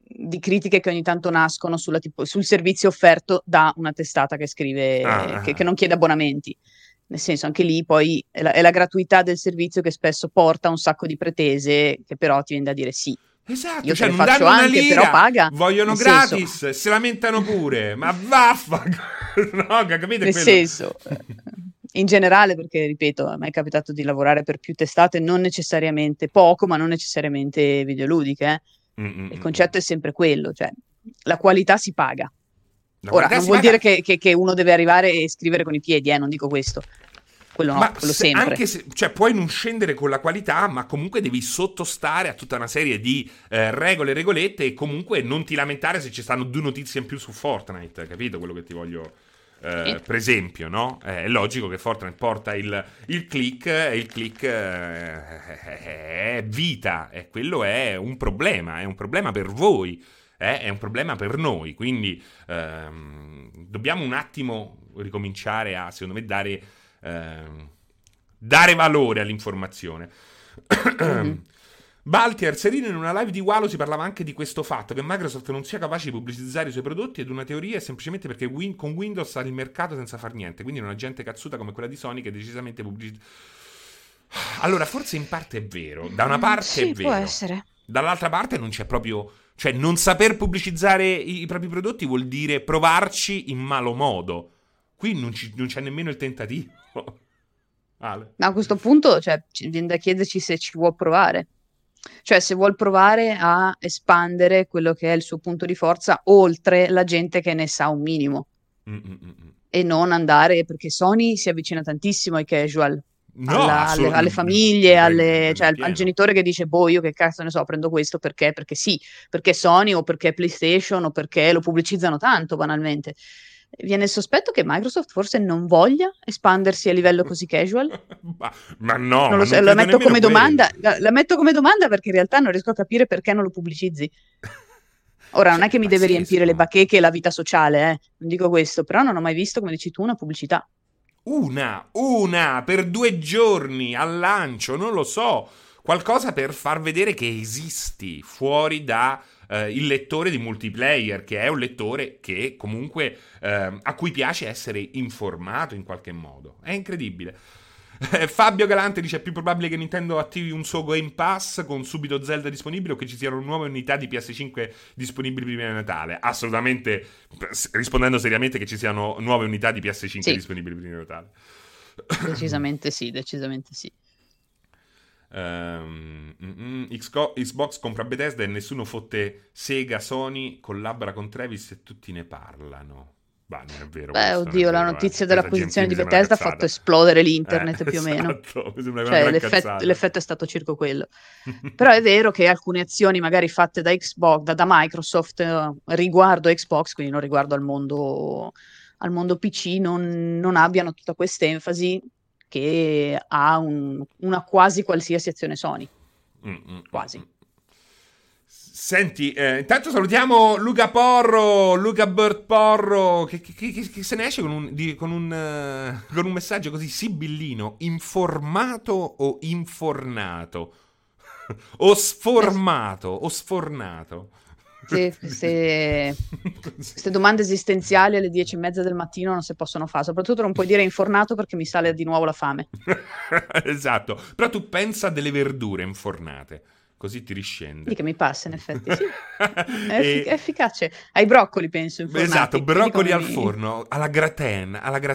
di critiche che ogni tanto nascono sul servizio offerto da una testata che scrive, che non chiede abbonamenti. Nel senso, anche lì poi è la gratuità del servizio che spesso porta a un sacco di pretese che però ti viene da dire sì. Esatto, Io cioè te le non faccio danno una anche, lira, però paga. vogliono Nel gratis, senso, si lamentano pure, ma vaffanculo, no, capite nel quello? senso, in generale, perché ripeto, a me è capitato di lavorare per più testate, non necessariamente poco, ma non necessariamente videoludiche. Il concetto è sempre quello, cioè la qualità si paga. La Ora, qualità non si vuol paga. dire che uno deve arrivare e scrivere con i piedi, non dico questo. Quello no, Ma quello sempre. anche se, cioè, puoi non scendere con la qualità, ma comunque devi sottostare a tutta una serie di regole e regolette e comunque non ti lamentare se ci stanno 2 notizie in più su Fortnite, capito quello che ti voglio... per esempio, no? È logico che Fortnite porta il click e il click è vita e quello è un problema per voi, è un problema per noi, quindi dobbiamo un attimo ricominciare a, secondo me, dare valore all'informazione. Mm-hmm. Baltier, Serino, in una live di Walo si parlava anche di questo fatto, che Microsoft non sia capace di pubblicizzare i suoi prodotti ed una teoria è semplicemente perché con Windows ha il mercato senza far niente, quindi una gente cazzuta come quella di Sony che decisamente pubblicizza. Allora, forse in parte è vero, da una parte sì, è vero, può essere. dall'altra parte non c'è proprio... Cioè, non saper pubblicizzare i propri prodotti vuol dire provarci in malo modo. Qui non c'è nemmeno il tentativo. Ale. Ma a questo punto, cioè, viene da chiederci se ci vuol provare. Cioè, se vuol provare a espandere quello che è il suo punto di forza oltre la gente che ne sa un minimo. E non andare, perché Sony si avvicina tantissimo ai casual. No, alle famiglie, cioè al genitore che dice boh, io che cazzo ne so, prendo questo perché sì, perché Sony o perché PlayStation o perché lo pubblicizzano tanto banalmente. Viene il sospetto che Microsoft forse non voglia espandersi a livello così casual. ma no, non lo so, la metto come domanda, la metto come domanda perché in realtà non riesco a capire perché non lo pubblicizzi. Ora, non è che mi deve riempire le bacheche e la vita sociale, non dico questo, però non ho mai visto, come dici tu, una pubblicità. Una per 2 giorni al lancio, non lo so, qualcosa per far vedere che esisti fuori da il lettore di multiplayer, che è un lettore che comunque a cui piace essere informato in qualche modo. È incredibile. Fabio Galante dice: è più probabile che Nintendo attivi un suo Game Pass con subito Zelda disponibile o che ci siano nuove unità di PS5 disponibili prima di Natale. Assolutamente, rispondendo seriamente, che ci siano nuove unità di PS5 disponibili prima di Natale. Decisamente sì, decisamente sì. Xbox compra Bethesda e nessuno fotte Sega. Sony collabora con Travis e tutti ne parlano. Bah, non è vero. Beh, oddio, la notizia dell'acquisizione di Bethesda ha fatto esplodere l'internet più o meno. Mi sembra cioè, l'effetto è stato circa quello. Però è vero che alcune azioni magari fatte da Xbox, da Microsoft riguardo Xbox, quindi non riguardo al mondo PC, non abbiano tutta questa enfasi che ha una quasi qualsiasi azione Sony. Quasi. Senti, intanto salutiamo Luca Bird Porro, che se ne esce con un messaggio così sibillino: informato o infornato? O sformato o sfornato? Queste domande esistenziali alle 10:30 del mattino non si possono fare, soprattutto non puoi dire infornato perché mi sale di nuovo la fame. Esatto, però tu pensa a delle verdure infornate, così ti riscende. Di che mi passa, in effetti, sì. È efficace. Ai broccoli, penso, infornati. Esatto, broccoli al forno, alla gratin.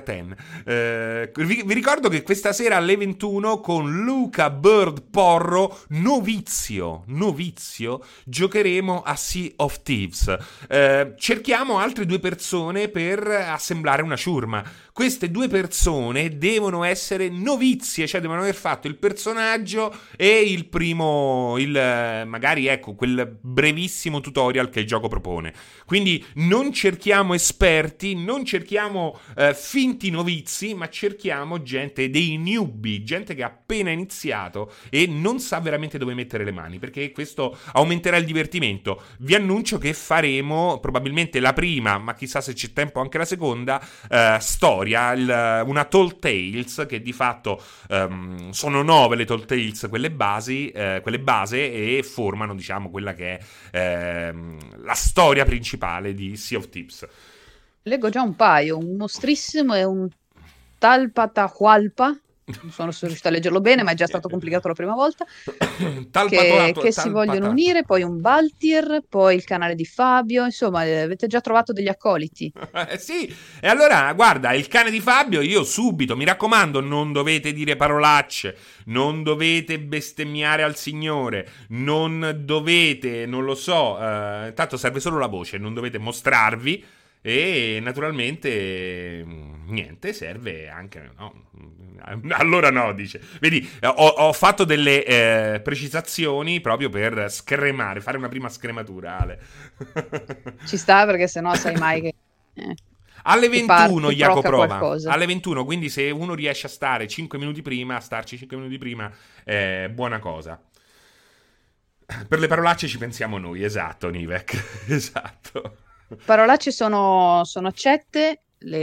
Vi ricordo che questa sera alle 21 con Luca Bird Porro, novizio, giocheremo a Sea of Thieves. Cerchiamo altre 2 persone per assemblare una ciurma. Queste 2 persone devono essere novizie, cioè devono aver fatto il personaggio e magari ecco quel brevissimo tutorial che il gioco propone. Quindi non cerchiamo esperti, non cerchiamo finti novizi, ma cerchiamo dei newbie, gente che ha appena iniziato e non sa veramente dove mettere le mani, perché questo aumenterà il divertimento. Vi annuncio che faremo probabilmente la prima, ma chissà se c'è tempo anche la seconda, storia storia, una Tall Tales, che di fatto sono 9 le Tall Tales, quelle base, e formano, diciamo, quella che è la storia principale di Sea of Thieves. Leggo già un paio, un mostrissimo e un Talpatahualpa. Non sono riuscita a leggerlo bene, ma è già stato complicato la prima volta. Che si vogliono unire, poi un Baltir, poi il canale di Fabio. Insomma, avete già trovato degli accoliti. Sì, e allora guarda, il cane di Fabio, io subito, mi raccomando, non dovete dire parolacce, non dovete bestemmiare al Signore, non dovete, non lo so, tanto serve solo la voce, non dovete mostrarvi. E naturalmente niente, serve anche, no? Allora no, dice. Vedi, ho fatto delle precisazioni proprio per scremare, fare una prima scrematura, Ale. Ci sta, perché sennò sai mai che alle 21 Jaco prova qualcosa. alle 21, quindi se uno riesce a stare 5 minuti prima, a starci 5 minuti prima è buona cosa. Per le parolacce ci pensiamo noi, esatto, Nivek. Esatto. Parolacce sono accette,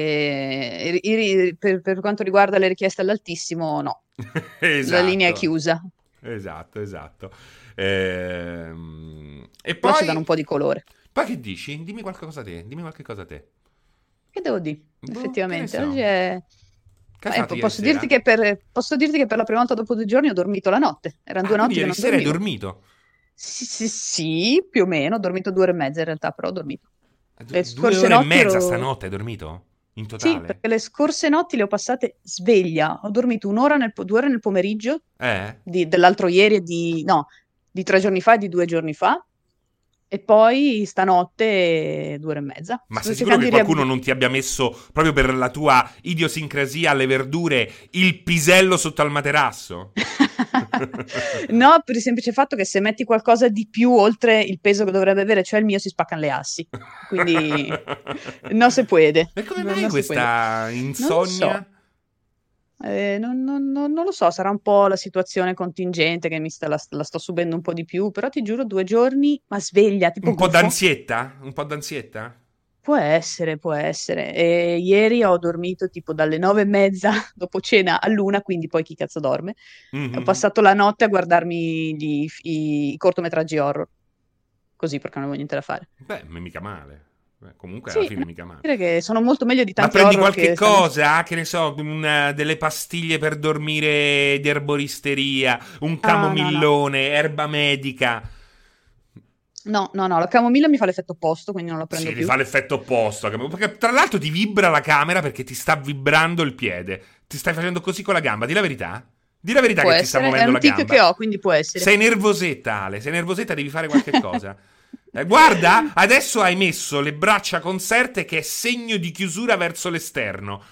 per quanto riguarda le richieste all'altissimo, no. Esatto. La linea è chiusa. Esatto. Però E ci poi danno un po' di colore. Poi che dici? Dimmi qualche cosa te. Che devo dire? Effettivamente, oggi è... Che hai fatto ieri posso sera? posso dirti che per la prima volta dopo 2 giorni ho dormito la notte. Erano 2 notti che non ieri sera dormivo. hai dormito? Sì, più o meno. Ho dormito 2 ore e mezza in realtà, però ho dormito. Le 2 scorse ore e notti mezza stanotte hai dormito? In Sì, totale? perché le scorse notti le ho passate sveglia. Ho dormito 2 ore nel pomeriggio dell'altro ieri di 3 giorni fa e di 2 giorni fa. E poi stanotte 2 ore e mezza. Ma Sto sei sicuro cercando che di qualcuno non ti abbia messo, proprio per la tua idiosincrasia alle verdure, il pisello sotto al materasso? No, per il semplice fatto che se metti qualcosa di più oltre il peso che dovrebbe avere, cioè il mio, si spaccano le assi. Quindi non si può. E come mai questa insonnia? Non lo so, sarà un po' la situazione contingente che la sto subendo un po' di più, però ti giuro 2 giorni, ma sveglia, tipo Un po' gufo. d'ansietta? Un po' d'ansietta? Può essere. E ieri ho dormito tipo dalle 9:30 dopo cena all'1, quindi poi chi cazzo dorme? Mm-hmm. Ho passato la notte a guardarmi i cortometraggi horror, così perché non avevo niente da fare. Beh, mica male. Comunque Sì, alla fine mica male. dire che sono molto meglio di Ma tanti prendi horror qualche che stanno... cosa, che ne so, delle pastiglie per dormire di erboristeria, un camomillone, erba medica. No, la camomilla mi fa l'effetto opposto, quindi non la prendo Sì, più. mi fa l'effetto opposto. Perché tra l'altro ti vibra la camera perché ti sta vibrando il piede. Ti stai facendo così con la gamba, di la verità. Di la verità che ti sta muovendo la gamba. È un tic che ho, quindi può essere. Sei nervosetta, Ale, sei nervosetta, devi fare qualche cosa. Guarda, adesso hai messo le braccia conserte, che è segno di chiusura verso l'esterno.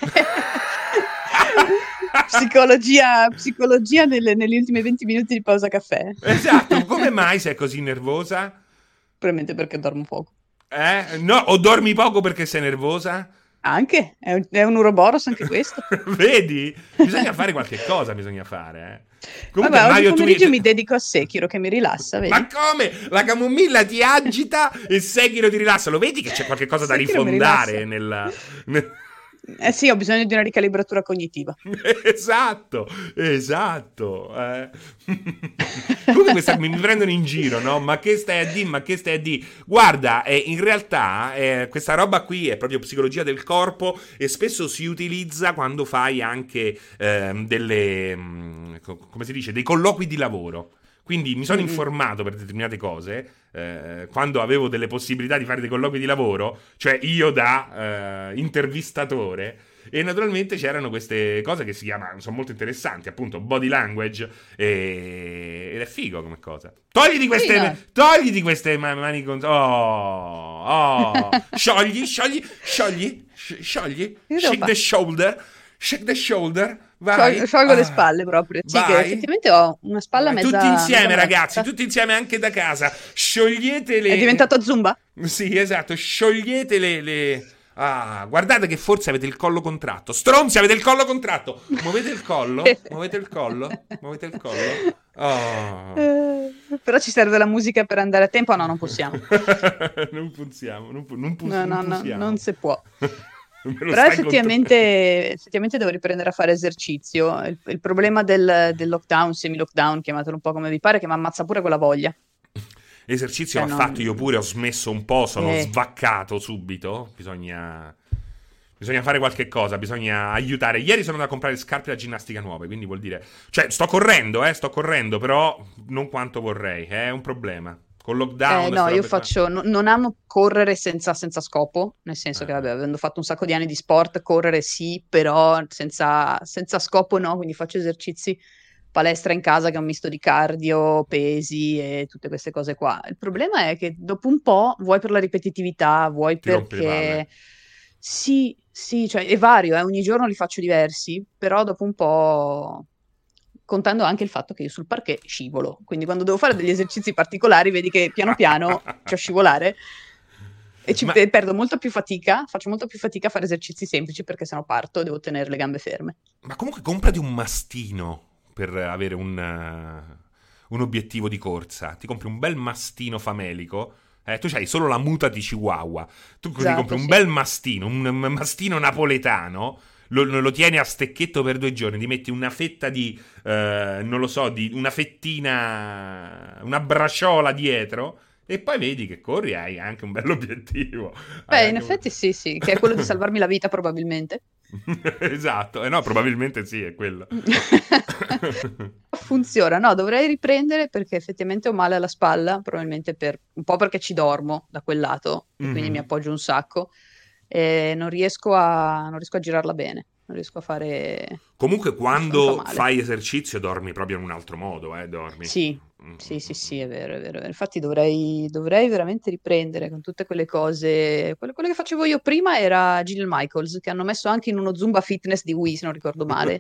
Psicologia negli ultimi 20 minuti di pausa caffè. Esatto, come mai sei così nervosa? Probabilmente perché dormo poco. No, o dormi poco perché sei nervosa? Anche, è un Uroboros anche questo. Vedi? Bisogna fare qualche cosa, Comunque, Vabbè, Mario, oggi pomeriggio mi dedico a Sekiro, che mi rilassa, vedi? Ma come? La camomilla ti agita e Sekiro ti rilassa. Lo vedi che c'è qualche cosa da rifondare nel... Sì, ho bisogno di una ricalibratura cognitiva. Esatto. Comunque mi prendono in giro, no? Ma che stai a dire? Guarda, in realtà questa roba qui è proprio psicologia del corpo e spesso si utilizza quando fai anche come si dice, dei colloqui di lavoro. Quindi mi sono informato per determinate cose quando avevo delle possibilità di fare dei colloqui di lavoro, cioè io da intervistatore, e naturalmente c'erano queste cose che si chiamano, sono molto interessanti, appunto body language, ed è figo come cosa. Togliti queste mani con... Sciogli. Shake the shoulder. Vai. Sciolgo le spalle proprio. Sì, che effettivamente ho una spalla mezza... Tutti insieme, mezza ragazzi, tutti insieme anche da casa. Sciogliete le... È diventato Zumba? Sì, esatto, sciogliete le... Ah, guardate che forse avete il collo contratto. Stronzi, avete il collo contratto. Muovete il collo. Oh. Però ci serve la musica per andare a tempo. No, non possiamo. Non funziamo. No, non si può. Me lo Però stai effettivamente devo riprendere a fare esercizio. Il problema del lockdown, semi-lockdown, chiamatelo un po' come vi pare, che mi ammazza pure quella voglia. Esercizio Cioè, va fatto, io non... pure ho smesso un po', sono Eh, svaccato subito. Bisogna fare qualche cosa, bisogna aiutare. Ieri sono andato a comprare scarpe da ginnastica nuove, quindi vuol dire... Cioè, sto correndo, però non quanto vorrei, è un problema. Con lockdown, no, queste io robe qua. faccio, non amo correre senza scopo, nel senso che, vabbè, Eh. avendo fatto un sacco di anni di sport, correre sì, però senza scopo no, quindi faccio esercizi palestra in casa che è un misto di cardio, pesi e tutte queste cose qua. Il problema è che dopo un po', vuoi per la ripetitività, vuoi Ti rompi le perché palle. sì, sì, cioè è vario, ogni giorno li faccio diversi, però dopo un po', contando anche il fatto che io sul parquet scivolo, quindi quando devo fare degli esercizi particolari, vedi che piano piano ci a scivolare e Ma, perdo molta più fatica, faccio molta più fatica a fare esercizi semplici perché sennò parto e devo tenere le gambe ferme. ma comunque comprati un mastino per avere un obiettivo di corsa. Ti compri un bel mastino famelico. Tu c'hai solo la muta di Chihuahua. Tu ti compri Esatto, un sì. bel mastino, un mastino napoletano. Lo tieni a stecchetto per 2 giorni. Ti metti una fetta di, non lo so, di una fettina, una braciola dietro. E poi vedi che corri, hai anche un bell'obiettivo. Hai Beh, in anche effetti sì, sì, che è quello di salvarmi la vita probabilmente. Esatto, no, probabilmente sì, è quello. Funziona, no, dovrei riprendere perché effettivamente ho male alla spalla, probabilmente un po' perché ci dormo da quel lato e quindi mi Mhm. appoggio un sacco e non riesco a girarla bene, non riesco a fare... Comunque, mi fa quando male. fai esercizio, dormi proprio in un altro modo, dormi. Sì, Mm, mm, sì, sì, mm, sì, mm. è vero, è vero. Infatti dovrei veramente riprendere con tutte quelle cose. Quelle che facevo io prima era Jill Michaels, che hanno messo anche in uno Zumba Fitness di Wii, se non ricordo male,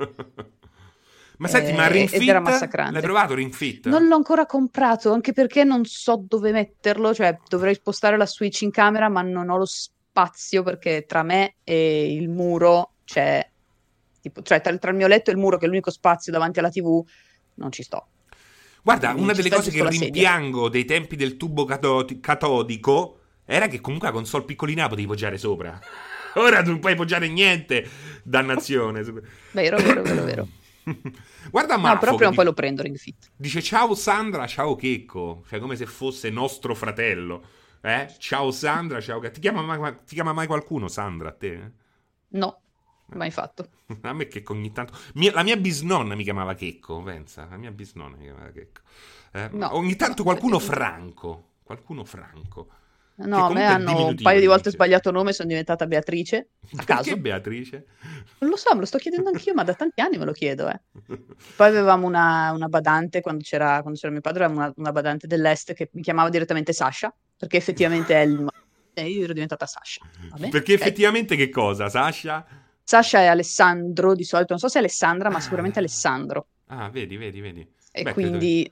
Ma senti, ma Ring ed era Fit? L'hai massacrante. provato Ring Fit? Non l'ho ancora comprato, anche perché non so dove metterlo, cioè dovrei spostare la Switch in camera, ma non ho lo spazio perché tra me e il muro c'è, tipo, cioè tra il mio letto e il muro, che è l'unico spazio davanti alla TV, non ci sto. Guarda, Quindi una ci delle sta cose che giusto la sedia. rimpiango dei tempi del tubo catodico era che comunque la console piccolina potevi poggiare sopra. Ora non puoi poggiare niente, dannazione. Vero, vero, vero, vero. Guarda No, però Mafo che prima o poi lo prendo Ring Fit. dice ciao Sandra, ciao Checco, cioè come se fosse nostro fratello. Ciao Sandra, ciao Checco. Ti chiama mai qualcuno Sandra a te? No, mai fatto. A me Checco ogni tanto... La mia bisnonna mi chiamava Checco, pensa. La mia bisnonna mi chiamava Checco. No, Ogni no, tanto qualcuno effettivamente. Franco. Qualcuno Franco. Che No, a me comunque è hanno un diminutivo paio di di volte Francesco. sbagliato nome, sono diventata Beatrice, a Perché caso. Beatrice? Non lo so, me lo sto chiedendo anch'io, ma da tanti anni me lo chiedo, eh. Poi avevamo una badante, quando c'era mio padre, avevamo una badante dell'est che mi chiamava direttamente Sasha, perché effettivamente è il... E io ero diventata Sasha. Vabbè, Perché ok. effettivamente che cosa, Sasha? Sasha è Alessandro di solito, non so se è Alessandra, ma sicuramente Ah, Alessandro. vedi, vedi, vedi. E Beh, credo che... quindi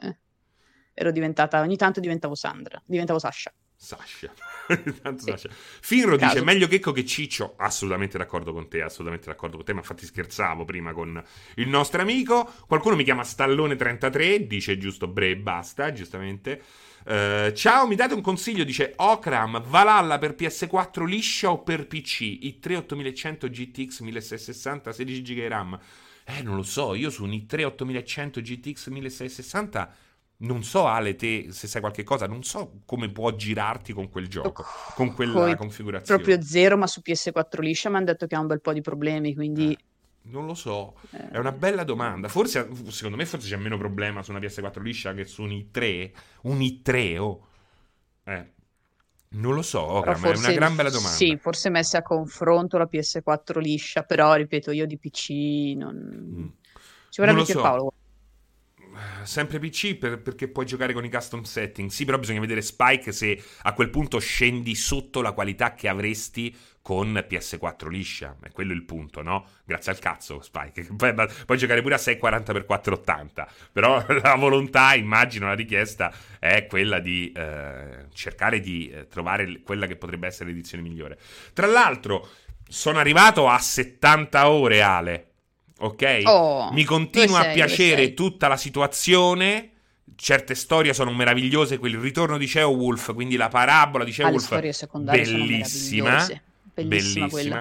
ero diventata, ogni tanto diventavo Sandra, diventavo Sasha, Sasha. Tanto sì, Sasha. Finro a dice caso. meglio Checco che Ciccio. Assolutamente d'accordo con te, assolutamente d'accordo con te. Ma infatti scherzavo prima con il nostro amico. Qualcuno mi chiama Stallone33, dice giusto bre e basta, giustamente. Ciao, mi date un consiglio? Dice Okram, Valhalla per PS4 liscia o per PC? i3 8100 GTX 1660 16 GB RAM. Non lo so, io su un i3 8100 GTX 1660 non so, Ale, te se sai qualche cosa, non so come può girarti con quel gioco, con quella Proprio configurazione. zero, ma su PS4 liscia mi hanno detto che ha un bel po' di problemi, quindi Non lo so, è una eh, bella domanda. Forse, secondo me, forse c'è meno problema su una PS4 liscia che su un i3. Un i3, oh. Eh, non lo so, però Okram, è una forse gran bella sì, domanda. forse messe a confronto la PS4 liscia, però ripeto, io di PC Mm. ci Non vorrebbe lo so. Pierpaolo. Sempre PC perché puoi giocare con i custom setting. Sì, però bisogna vedere Spike se a quel punto scendi sotto la qualità che avresti con PS4 liscia. È quello il punto, no? Grazie al cazzo, Spike. Puoi giocare pure a 640x480. Però la volontà, immagino, la richiesta è quella di cercare di trovare quella che potrebbe essere l'edizione migliore. Tra l'altro, sono arrivato a 70 ore, Ale. Ok? Mi Oh, dove continua a sei? Dove piacere sei? tutta la situazione. Certe storie sono meravigliose. Il ritorno di Ceolwulf, quindi la parabola di Ah, le Ceolwulf, storie secondarie sono bellissima. meravigliose. Bellissima quella. Bellissima.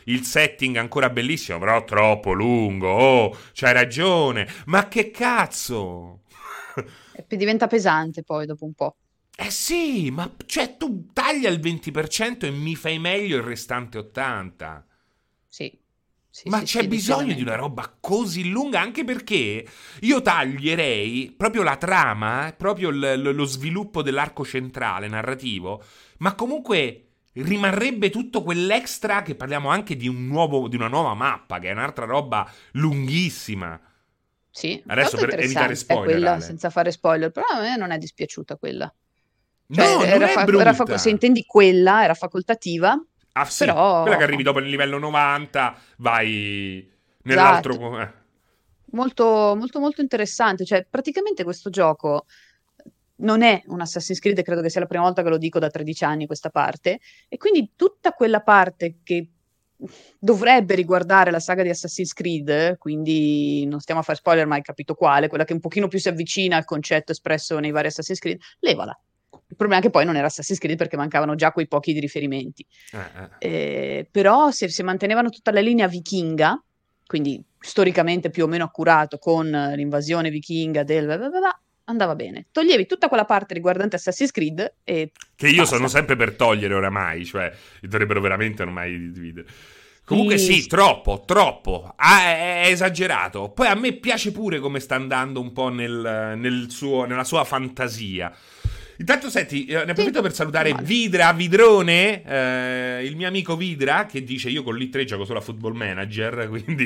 il setting ancora bellissimo, però troppo lungo, oh, c'hai ragione, ma che cazzo? E diventa pesante poi dopo un po'. Eh sì, ma cioè tu taglia il 20% e mi fai meglio il restante 80%. Sì, sì, Ma sì, c'è sì, bisogno di una decisamente. roba così lunga, anche perché io taglierei proprio la trama, proprio lo sviluppo dell'arco centrale narrativo, ma comunque rimarrebbe tutto quell'extra che parliamo anche di una nuova mappa, che è un'altra roba lunghissima. Sì, Adesso molto per evitare interessante è spoiler, quella, Ale. senza fare spoiler, però a me non è dispiaciuta quella. Cioè, No, non è se brutta. intendi quella, era facoltativa, Ah sì, quella però che arrivi dopo nel livello 90, vai esatto, nell'altro... molto, molto, molto interessante. Cioè, praticamente questo gioco non è un Assassin's Creed, e credo che sia la prima volta che lo dico da 13 anni questa parte, e quindi tutta quella parte che dovrebbe riguardare la saga di Assassin's Creed, quindi non stiamo a fare spoiler, ma hai capito quale, quella che un pochino più si avvicina al concetto espresso nei vari Assassin's Creed, levala. Il problema è che poi non era Assassin's Creed perché mancavano già quei pochi di riferimenti. eh. Però se mantenevano tutta la linea vichinga, quindi storicamente più o meno accurato con l'invasione vichinga del bla bla bla bla, andava bene. Toglievi tutta quella parte riguardante Assassin's Creed e Che io sono basta. sempre per togliere oramai, cioè dovrebbero veramente ormai dividere. Comunque Sì, sì, troppo, troppo. Ah, è esagerato. Poi a me piace pure come sta andando un po' nella sua fantasia. Intanto, senti, ne sì, approfitto per salutare male. Vidra Vidrone, il mio amico Vidra, che dice: Io con l'I3 gioco solo a Football Manager, quindi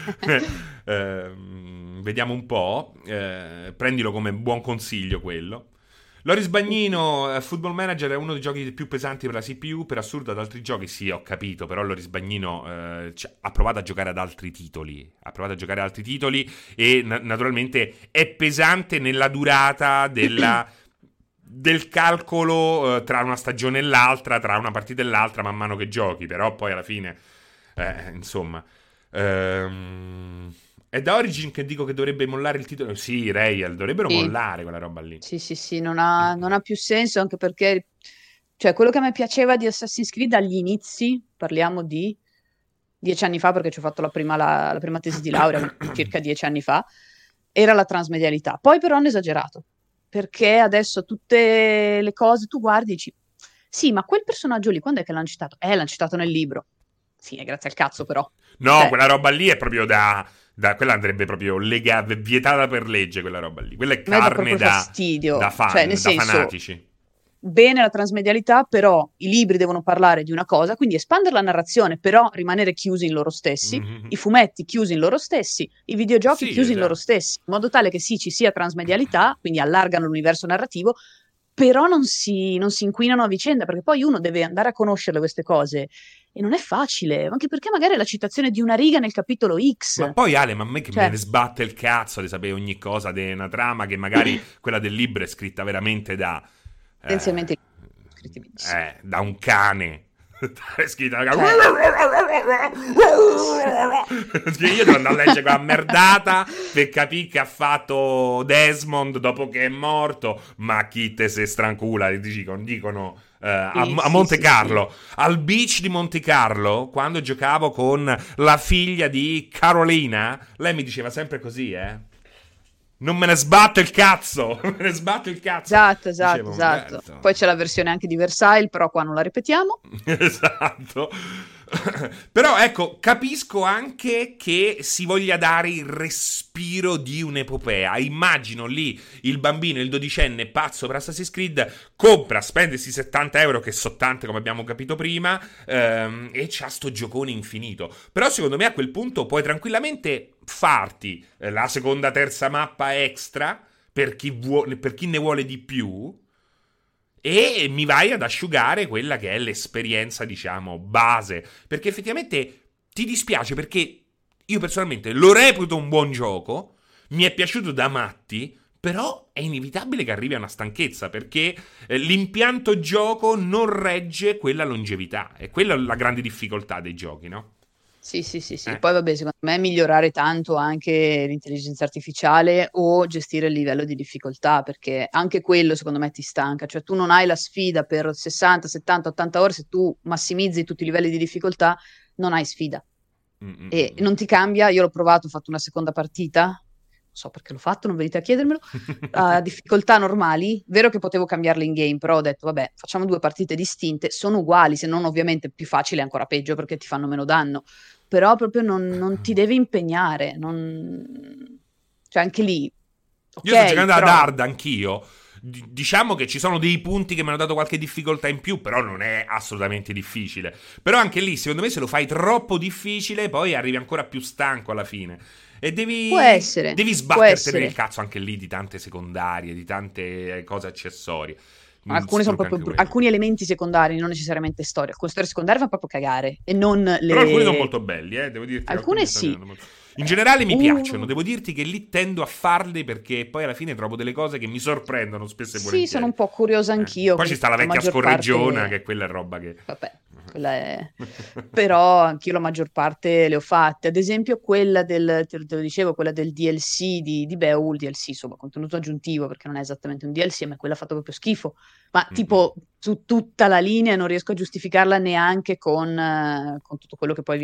vediamo un po'. Prendilo come buon consiglio quello. Loris Bagnino, Football Manager è uno dei giochi più pesanti per la CPU, per assurdo ad altri giochi, sì, ho capito, però Loris Bagnino ha provato a giocare ad altri titoli, ha provato a giocare ad altri titoli e naturalmente è pesante nella durata del calcolo tra una stagione e l'altra, tra una partita e l'altra, man mano che giochi, però poi alla fine, insomma... È da Origin che dico che dovrebbe mollare il titolo. Sì, Rail, dovrebbero Sì, mollare quella roba lì. sì, sì, sì, non ha più senso anche perché, cioè, quello che a me piaceva di Assassin's Creed agli inizi, parliamo di 10 anni fa, perché ci ho fatto la prima tesi di laurea, quindi circa 10 anni fa, era la transmedialità. Poi però hanno esagerato, perché adesso tutte le cose tu guardi e dici, sì, ma quel personaggio lì, quando è che l'hanno citato? L'hanno citato nel libro. Sì, è grazie al cazzo però. No, Cioè, quella roba lì è proprio quella andrebbe proprio vietata per legge, quella roba lì. Quella è a me dà carne proprio da fastidio. Cioè, nel fan, da senso, fanatici. bene la transmedialità, però i libri devono parlare di una cosa, quindi espandere la narrazione, però rimanere chiusi in loro stessi, Mhm. i fumetti chiusi in loro stessi, i videogiochi Sì, chiusi in loro esatto. stessi, in modo tale che sì, ci sia transmedialità, quindi allargano l'universo narrativo, però non si inquinano a vicenda, perché poi uno deve andare a conoscerle queste cose e non è facile, anche perché magari è la citazione di una riga nel capitolo Ma X. poi Ale, ma a me che me Cioè, ne sbatte il cazzo di sapere ogni cosa di una trama che magari quella del libro è scritta veramente tendenzialmente eh, scritti benissimo. da un cane. È scritta Cioè, che io devo andare a leggere quella merdata per capire che ha fatto Desmond dopo che è morto. Ma chi te se strancula, dicono sì, a sì, Monte sì, sì. Carlo, al beach di Monte Carlo, quando giocavo con la figlia di Carolina, lei mi diceva sempre così, eh. Non me ne sbatto il cazzo! Non me ne sbatto il cazzo! Esatto, esatto, Dicevo, esatto. Poi c'è la versione anche di Versailles, però qua non la ripetiamo. esatto. Però ecco, capisco anche che si voglia dare il respiro di un'epopea. Immagino lì il bambino, il dodicenne pazzo per Assassin's Creed, compra, spende questi 70 euro che sono tante come abbiamo capito prima, e c'ha sto giocone infinito. Però secondo me a quel punto puoi tranquillamente farti la seconda, terza mappa extra per chi ne vuole di più e mi vai ad asciugare quella che è l'esperienza, diciamo, base. Perché effettivamente ti dispiace perché io personalmente lo reputo un buon gioco, mi è piaciuto da matti, però è inevitabile che arrivi a una stanchezza perché l'impianto gioco non regge quella longevità. E quella è la grande difficoltà dei giochi, no? Sì, sì, sì, sì. Eh. Poi vabbè, secondo me migliorare tanto anche l'intelligenza artificiale o gestire il livello di difficoltà, perché anche quello secondo me ti stanca. Cioè tu non hai la sfida per 60, 70, 80 ore, se tu massimizzi tutti i livelli di difficoltà, non hai sfida. E Mm. non ti cambia, io l'ho provato, ho fatto una seconda partita, non so perché l'ho fatto, non venite a chiedermelo, a difficoltà normali, vero che potevo cambiarle in game, però ho detto vabbè, facciamo 2 partite distinte, sono uguali, se non ovviamente più facile è ancora peggio perché ti fanno meno danno, però proprio non ti devi impegnare, cioè anche lì, Io sto ok, giocando ad però hard anch'io. Diciamo che ci sono dei punti che mi hanno dato qualche difficoltà in più, però non è assolutamente difficile. Però anche lì, secondo me, se lo fai troppo difficile, poi arrivi ancora più stanco alla fine. E devi può sbattertene nel essere. cazzo anche lì di tante secondarie, di tante cose accessorie. Alcuni Si sono trucca proprio anche quello. alcuni elementi secondari, non necessariamente storia. Alcune storie secondarie fa proprio cagare e non Però alcuni sono le. molto belli, devo dirti che alcuni Alcune mi stanno sì. piacendo molto. In generale mi piacciono, Uh, devo dirti che lì tendo a farli perché poi alla fine trovo delle cose che mi sorprendono spesso e sì, sono volentieri. un po' curiosa anch'io, Poi ci quindi sta la la vecchia maggior scorreggiona, che parte. quella è roba che. Vabbè, quella è. Però anch'io la maggior parte le ho fatte. Ad esempio, quella te lo dicevo, quella del DLC di Beowulf, DLC, insomma, contenuto aggiuntivo, perché non è esattamente un DLC, ma quella ha fatto proprio schifo. Ma tipo, su tutta la linea non riesco a giustificarla neanche con tutto quello che poi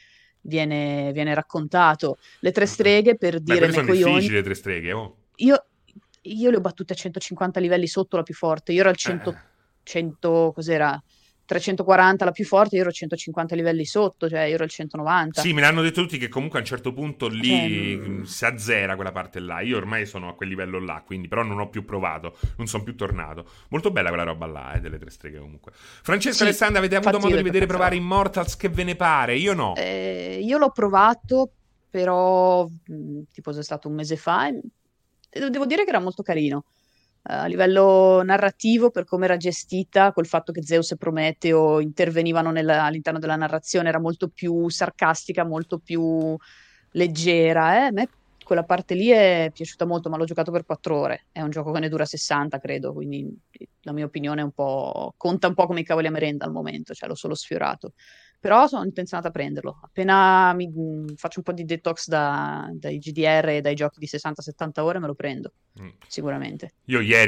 viene raccontato. Le tre streghe, per Beh, dire quelle nei sono coglioni, difficili le tre streghe, oh. io, io le ho battute a 150 livelli sotto la più forte. Io ero al Eh. 100, cos'era? 340 la più forte, io ero a 150 livelli sotto, cioè io ero al 190. Sì, me l'hanno detto tutti che comunque a un certo punto Cioè, lì si azzera quella parte là. Io ormai sono a quel livello là, quindi però non ho più provato, non sono più tornato. Molto bella quella roba là, delle tre streghe comunque. Francesco sì, Alessandra, avete avuto infatti modo io ho di detto vedere provare cazzarola. Immortals? Che ve ne pare? Io no. Io l'ho provato, però tipo è stato un mese fa e devo dire che era molto carino. A livello narrativo, per come era gestita, col fatto che Zeus e Prometeo intervenivano all'interno della narrazione, era molto più sarcastica, molto più leggera. A me quella parte lì è piaciuta molto, ma l'ho giocato per 4 ore. È un gioco che ne dura 60, credo, quindi la mia opinione è un po'. Conta un po' come i cavoli a merenda al momento, cioè l'ho solo sfiorato. Però sono intenzionata a prenderlo. Appena faccio un po' di detox dai GDR e dai giochi di 60-70 ore, me lo prendo, Mm. sicuramente. Io ieri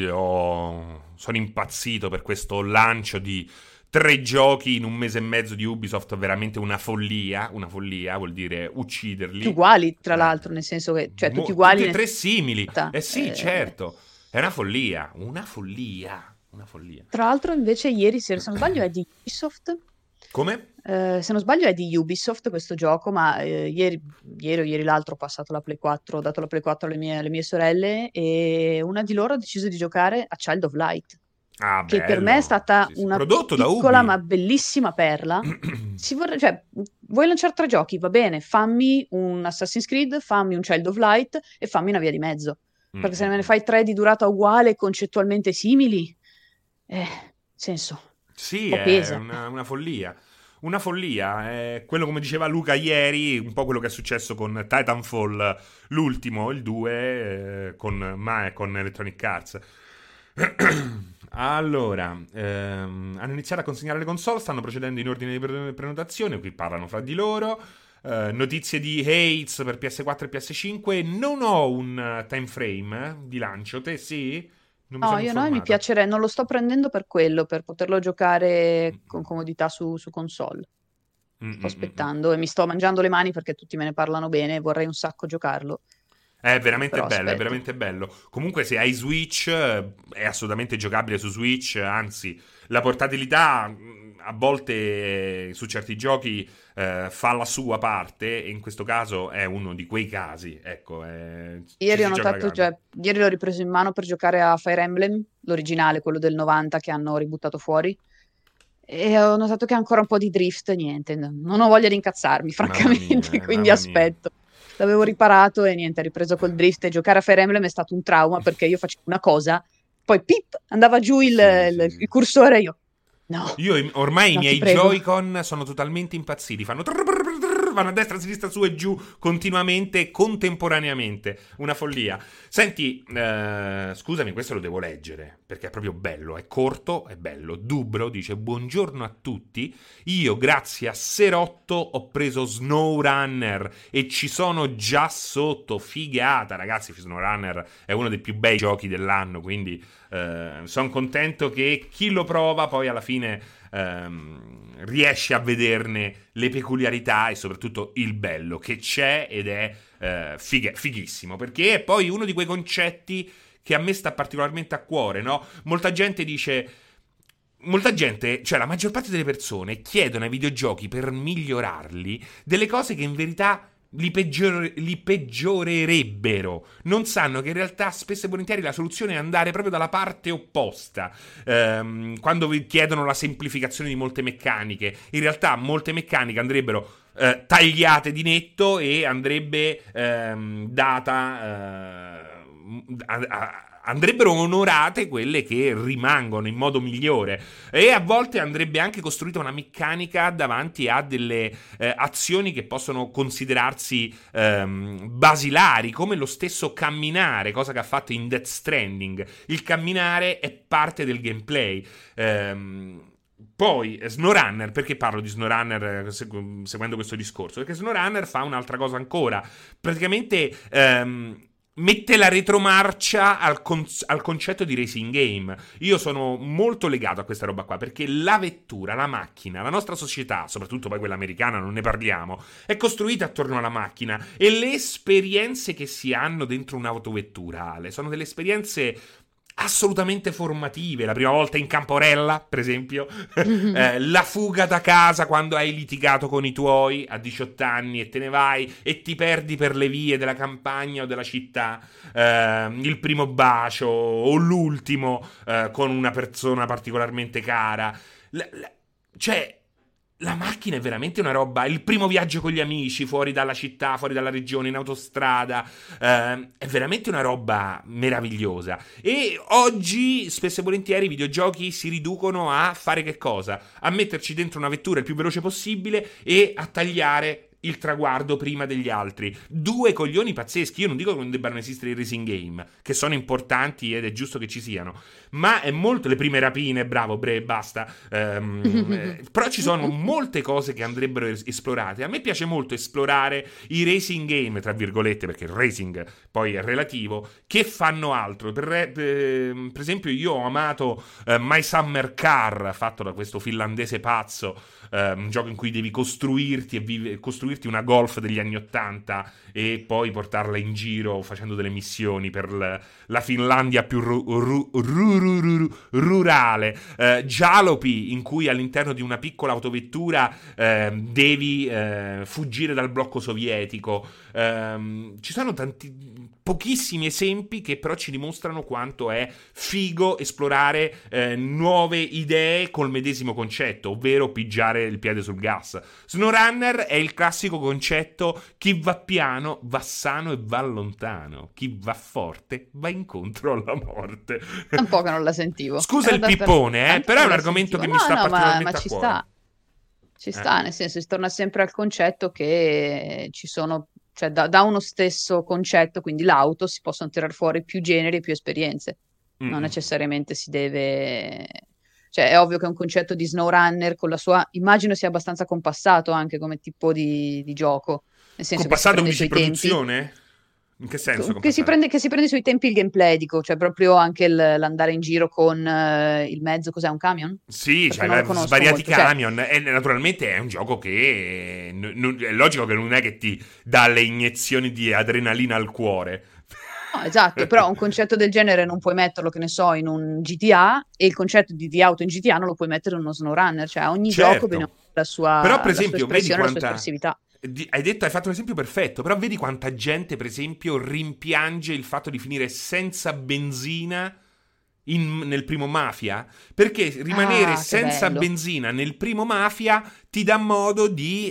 sono impazzito per questo lancio di 3 giochi in un mese e mezzo di Ubisoft, veramente una follia, vuol dire Tutti ucciderli. uguali, tra l'altro, nel senso che, cioè, tutti Tutti uguali e tre simili. Eh sì, eh, certo. È una follia, una follia, una follia. Tra l'altro, invece, ieri, se non sbaglio, è di Ubisoft. Come? Se non sbaglio è di Ubisoft questo gioco, ma ieri o ieri l'altro ho passato la Play 4, ho dato la Play 4 alle mie sorelle e una di loro ha deciso di giocare a Child of Light, Ah, che per me è bello. stata Sì, sì. una Prodotto da piccola Ubi. ma bellissima perla. Cioè, vuoi lanciare 3 giochi? Va bene, fammi un Assassin's Creed, fammi un Child of Light e fammi una via di mezzo. Perché se me ne fai 3 di durata uguale, concettualmente simili, senso, un Sì, po' è pesa. una follia. Una follia. È quello, come diceva Luca ieri, un po' quello che è successo con Titanfall, l'ultimo, il 2, con Electronic Arts. Allora, hanno iniziato a consegnare le console, stanno procedendo in ordine di prenotazione, qui parlano fra di loro. Notizie di Hates per PS4 e PS5. Non ho un time frame di lancio, te sì? Non mi No, sono io no, e mi informato. piacerebbe, non lo sto prendendo per quello, per poterlo giocare con comodità su console. Mm, Sto mm, mm, mm. aspettando e mi sto mangiando le mani perché tutti me ne parlano bene e vorrei un sacco giocarlo. È veramente Però bello, è aspetto. veramente bello. Comunque, se hai Switch, è assolutamente giocabile su Switch. Anzi, la portabilità a volte su certi giochi fa la sua parte. E in questo caso è uno di quei casi. Ecco, ci Ieri ho si gioca alla notato, grande. cioè, ieri l'ho ripreso in mano per giocare a Fire Emblem, l'originale, quello del 90 che hanno ributtato fuori. E ho notato che ha ancora un po' di drift, niente, non ho voglia di incazzarmi, francamente, quindi Mamma mia. aspetto. L'avevo riparato e niente, ha ripreso col drift e giocare a Fire Emblem è stato un trauma perché io facevo una cosa, poi pip, andava giù il, Sì, il- sì, sì. il cursore e io, no, Ormai i no, ti miei prego. Joy-Con sono totalmente impazziti. Fanno trrr, trrr, trrr, vanno a destra, a sinistra, su e giù continuamente, contemporaneamente. Una follia. Senti, scusami, questo lo devo leggere perché è proprio bello. È corto, è bello. Dubro dice: buongiorno a tutti. Io, grazie a Serotto, ho preso SnowRunner e ci sono già sotto. Figata, ragazzi. SnowRunner è uno dei più bei giochi dell'anno. Quindi sono contento che chi lo prova poi alla fine riesci a vederne le peculiarità e soprattutto il bello che c'è, ed è fighissimo, perché è poi uno di quei concetti che a me sta particolarmente a cuore, no? Molta gente, cioè la maggior parte delle persone chiedono ai videogiochi, per migliorarli, delle cose che in verità li peggiorerebbero. Non sanno che in realtà spesso e volentieri la soluzione è andare proprio dalla parte opposta. Quando vi chiedono la semplificazione di molte meccaniche, in realtà molte meccaniche andrebbero tagliate di netto e andrebbe andrebbero onorate quelle che rimangono in modo migliore, e a volte andrebbe anche costruita una meccanica davanti a delle azioni che possono considerarsi basilari, come lo stesso camminare, cosa che ha fatto in Death Stranding. Il camminare è parte del gameplay. Poi SnowRunner, perché parlo di SnowRunner seguendo questo discorso? Perché SnowRunner fa un'altra cosa ancora, praticamente mette la retromarcia al concetto di racing game. Io sono molto legato a questa roba qua, perché la vettura, la macchina, la nostra società, soprattutto poi quella americana, non ne parliamo, è costruita attorno alla macchina, e le esperienze che si hanno dentro un'autovettura, Ale, sono delle esperienze assolutamente formative. La prima volta in Camporella, per esempio, la fuga da casa quando hai litigato con i tuoi a 18 anni e te ne vai e ti perdi per le vie della campagna o della città, il primo bacio o l'ultimo con una persona particolarmente cara. Cioè, la macchina è veramente una roba. Il primo viaggio con gli amici fuori dalla città, fuori dalla regione, in autostrada, è veramente una roba meravigliosa. E oggi spesso e volentieri i videogiochi si riducono a fare che cosa? A metterci dentro una vettura il più veloce possibile e a tagliare il traguardo prima degli altri. Due coglioni pazzeschi. Io non dico che non debbano esistere i racing game, che sono importanti ed è giusto che ci siano, ma è molto le prime rapine, bravo bre, basta. Però ci sono molte cose che andrebbero esplorate. A me piace molto esplorare i racing game, tra virgolette, perché il racing poi è relativo, che fanno altro. Per esempio, io ho amato My Summer Car, fatto da questo finlandese pazzo, un gioco in cui devi costruirti una Golf degli anni 80 e poi portarla in giro facendo delle missioni per la Finlandia più rurale. Jalopy, in cui all'interno di una piccola autovettura devi fuggire dal blocco sovietico. Ci sono pochissimi esempi che però ci dimostrano quanto è figo esplorare nuove idee col medesimo concetto, ovvero pigiare il piede sul gas. SnowRunner è il classico concetto: chi va piano va sano e va lontano, chi va forte va incontro alla morte. È un po' che non la sentivo. Scusa il pippone, però è un argomento che mi sta particolarmente ma a ci cuore. sta. Ci sta, nel senso, si torna sempre al concetto che ci sono, cioè da uno stesso concetto, quindi l'auto, si possono tirare fuori più generi e più esperienze. Non necessariamente si deve... Cioè, è ovvio che un concetto di SnowRunner con la sua... Immagino sia abbastanza compassato anche come tipo di gioco. Nel senso che si Compassato prende i dici suoi tempi. produzione? In che senso Che si compassato? prende i suoi tempi il gameplay, dico, cioè proprio anche l'andare in giro con il mezzo, cos'è, un camion? Sì, Perché cioè non lo conosco svariati molto, cioè, camion, e naturalmente è un gioco che è logico che non è che ti dà le iniezioni di adrenalina al cuore. no, esatto, però un concetto del genere non puoi metterlo, che ne so, in un GTA, e il concetto di auto in GTA non lo puoi mettere in uno SnowRunner, cioè ogni gioco bene o Certo. male ha Però per la sua esempio, vedi espressione, la sua quanta... espressività. Hai fatto un esempio perfetto, però vedi quanta gente, per esempio, rimpiange il fatto di finire senza benzina nel primo Mafia, perché rimanere Ah, che senza bello. benzina nel primo Mafia ti dà modo di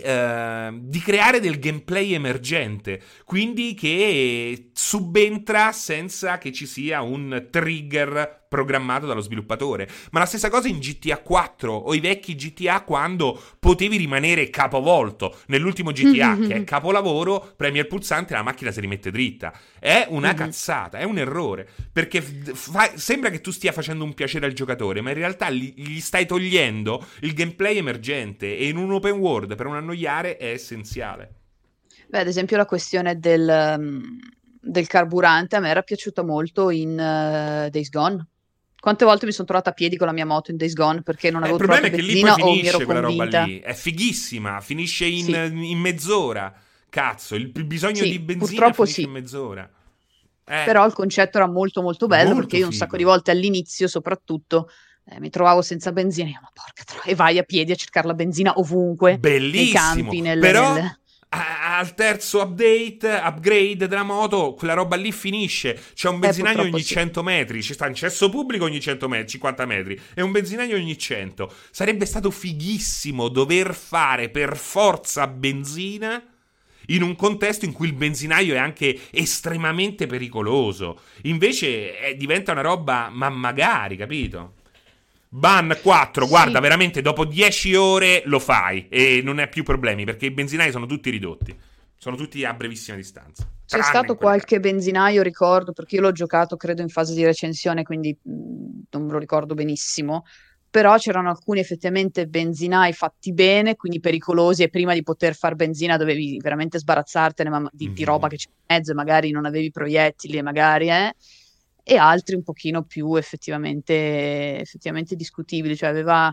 creare del gameplay emergente, quindi che subentra senza che ci sia un trigger programmato dallo sviluppatore. Ma la stessa cosa in GTA 4 o i vecchi GTA, quando potevi rimanere capovolto. Nell'ultimo GTA, che è capolavoro, premi il pulsante e la macchina si rimette dritta. È una cazzata, è un errore, perché sembra che tu stia facendo un piacere al giocatore, ma in realtà gli stai togliendo il gameplay emergente, e in un open world per non annoiare è essenziale. Beh, ad esempio la questione del carburante a me era piaciuta molto in Days Gone, Quante volte mi sono trovata a piedi con la mia moto in Days Gone perché non avevo Il problema trovato è che lì poi benzina o mi ero finisce quella roba convinta. lì. È fighissima, finisce Sì, in mezz'ora. Cazzo, il bisogno di sì, benzina purtroppo finisce in sì. mezz'ora. Però il concetto era molto molto bello perché Molto io un sacco di figo. volte all'inizio soprattutto mi trovavo senza benzina, io, ma porca e vai a piedi a cercare la benzina ovunque, nei Bellissimo. campi, Però al terzo upgrade della moto, quella roba lì finisce. C'è un benzinaio purtroppo ogni sì. 100 metri. Ci sta un cesso pubblico ogni 100 metri, 50 metri. E un benzinaio ogni 100. Sarebbe stato fighissimo dover fare per forza benzina in un contesto in cui il benzinaio è anche estremamente pericoloso. Invece diventa una roba, ma magari, capito? Ban 4, guarda, Sì, veramente dopo 10 ore lo fai e non hai più problemi perché i benzinai sono tutti ridotti. Sono tutti a brevissima distanza. c'è Tranne in stato quelle qualche case. benzinaio, ricordo, perché io l'ho giocato credo in fase di recensione, quindi non me lo ricordo benissimo, però c'erano alcuni effettivamente benzinai fatti bene, quindi pericolosi e prima di poter far benzina dovevi veramente sbarazzartene di roba che c'è in mezzo e magari non avevi proiettili e magari e altri un pochino più effettivamente discutibili, cioè aveva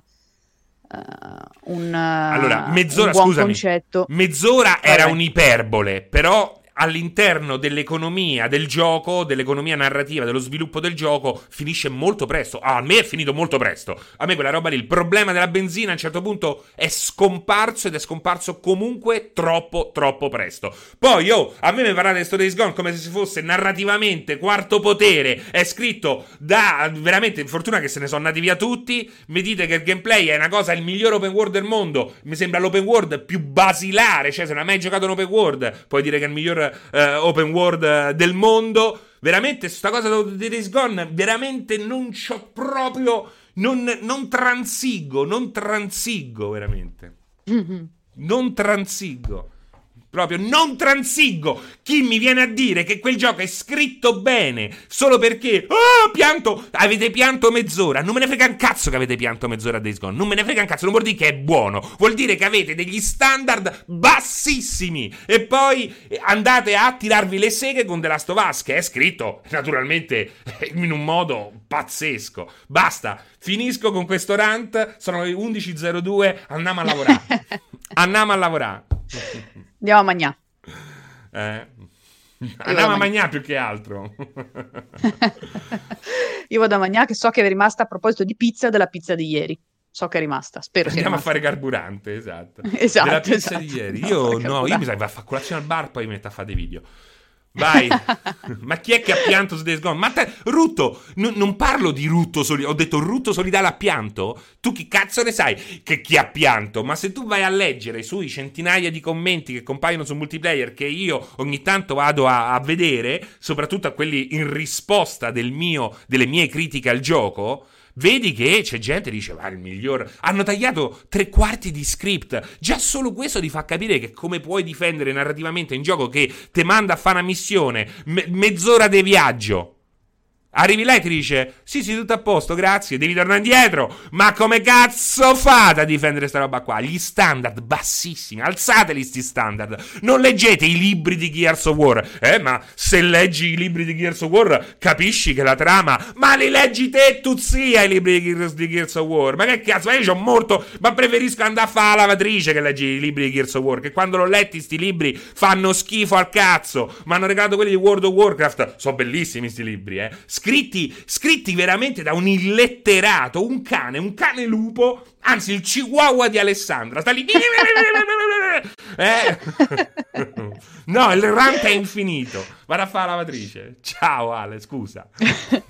Allora, un mezz'ora, buon scusami, concetto. mezz'ora Vai, era vai. un'iperbole, però all'interno dell'economia del gioco, dell'economia narrativa, dello sviluppo del gioco, finisce molto presto. Ah, a me è finito molto presto. A me quella roba lì, il problema della benzina a un certo punto è scomparso ed è scomparso comunque troppo presto. Poi, a me mi parlate di sto Days Gone come se fosse narrativamente quarto potere, è scritto da, veramente, fortuna che se ne sono andati via tutti, mi dite che il gameplay è una cosa, il miglior open world del mondo, mi sembra l'open world più basilare, cioè se non hai mai giocato un open world, puoi dire che è il miglior open world del mondo. Veramente, sta cosa di Days Gone, veramente non c'ho proprio, non transigo, veramente. Non transigo. Proprio non transigo. Chi mi viene a dire che quel gioco è scritto bene solo perché avete pianto mezz'ora? Non me ne frega un cazzo che avete pianto mezz'ora a Days Gone. Non me ne frega un cazzo. Non vuol dire che è buono. Vuol dire che avete degli standard bassissimi. E poi andate a tirarvi le seghe con The Last of Us, che è scritto naturalmente in un modo pazzesco. Basta. Finisco con questo rant. Sono le 11:02. Andiamo a lavorare. Andiamo a lavorare. Andiamo a mangiare. Andiamo a mangiare più che altro. Io vado a mangiare, che so che è rimasta a proposito di pizza, della pizza di ieri. So che è rimasta, spero sia Andiamo a rimasta. fare carburante, esatto. Esatto, Della pizza esatto. di ieri. Andiamo a fare Io mi sa carburante. che va a fare colazione al bar, poi mi metto a fare dei video. Vai. Ma chi è che ha pianto su Days Gone? Ma Rutto, non parlo di Rutto Solidale. Ho detto Rutto Solidale ha pianto? Tu chi cazzo ne sai che chi ha pianto? Ma se tu vai a leggere sui centinaia di commenti che compaiono su Multiplayer, che io ogni tanto vado a vedere, soprattutto a quelli in risposta delle mie critiche al gioco, vedi che c'è gente che dice, ma il miglior... Hanno tagliato 3/4 di script. Già solo questo ti fa capire che come puoi difendere narrativamente un gioco che ti manda a fare una missione, mezz'ora di viaggio. Arrivi là e ti dice, sì, tutto a posto, grazie, devi tornare indietro. Ma come cazzo fate a difendere sta roba qua? Gli standard bassissimi, alzateli sti standard. Non leggete i libri di Gears of War. Ma se leggi i libri di Gears of War capisci che la trama... Ma li leggi te tu zia i libri di Gears of War. Ma che cazzo, ma io c'ho morto... Ma preferisco andare a fare la lavatrice che leggi i libri di Gears of War, che quando l'ho letti sti libri fanno schifo al cazzo. Mi hanno regalato quelli di World of Warcraft. Sono bellissimi sti libri, Scritti veramente da un illetterato, un cane lupo, anzi il chihuahua di Alessandra, sta lì. No, il rant è infinito. Vado a fare la lavatrice. Ciao Ale, scusa.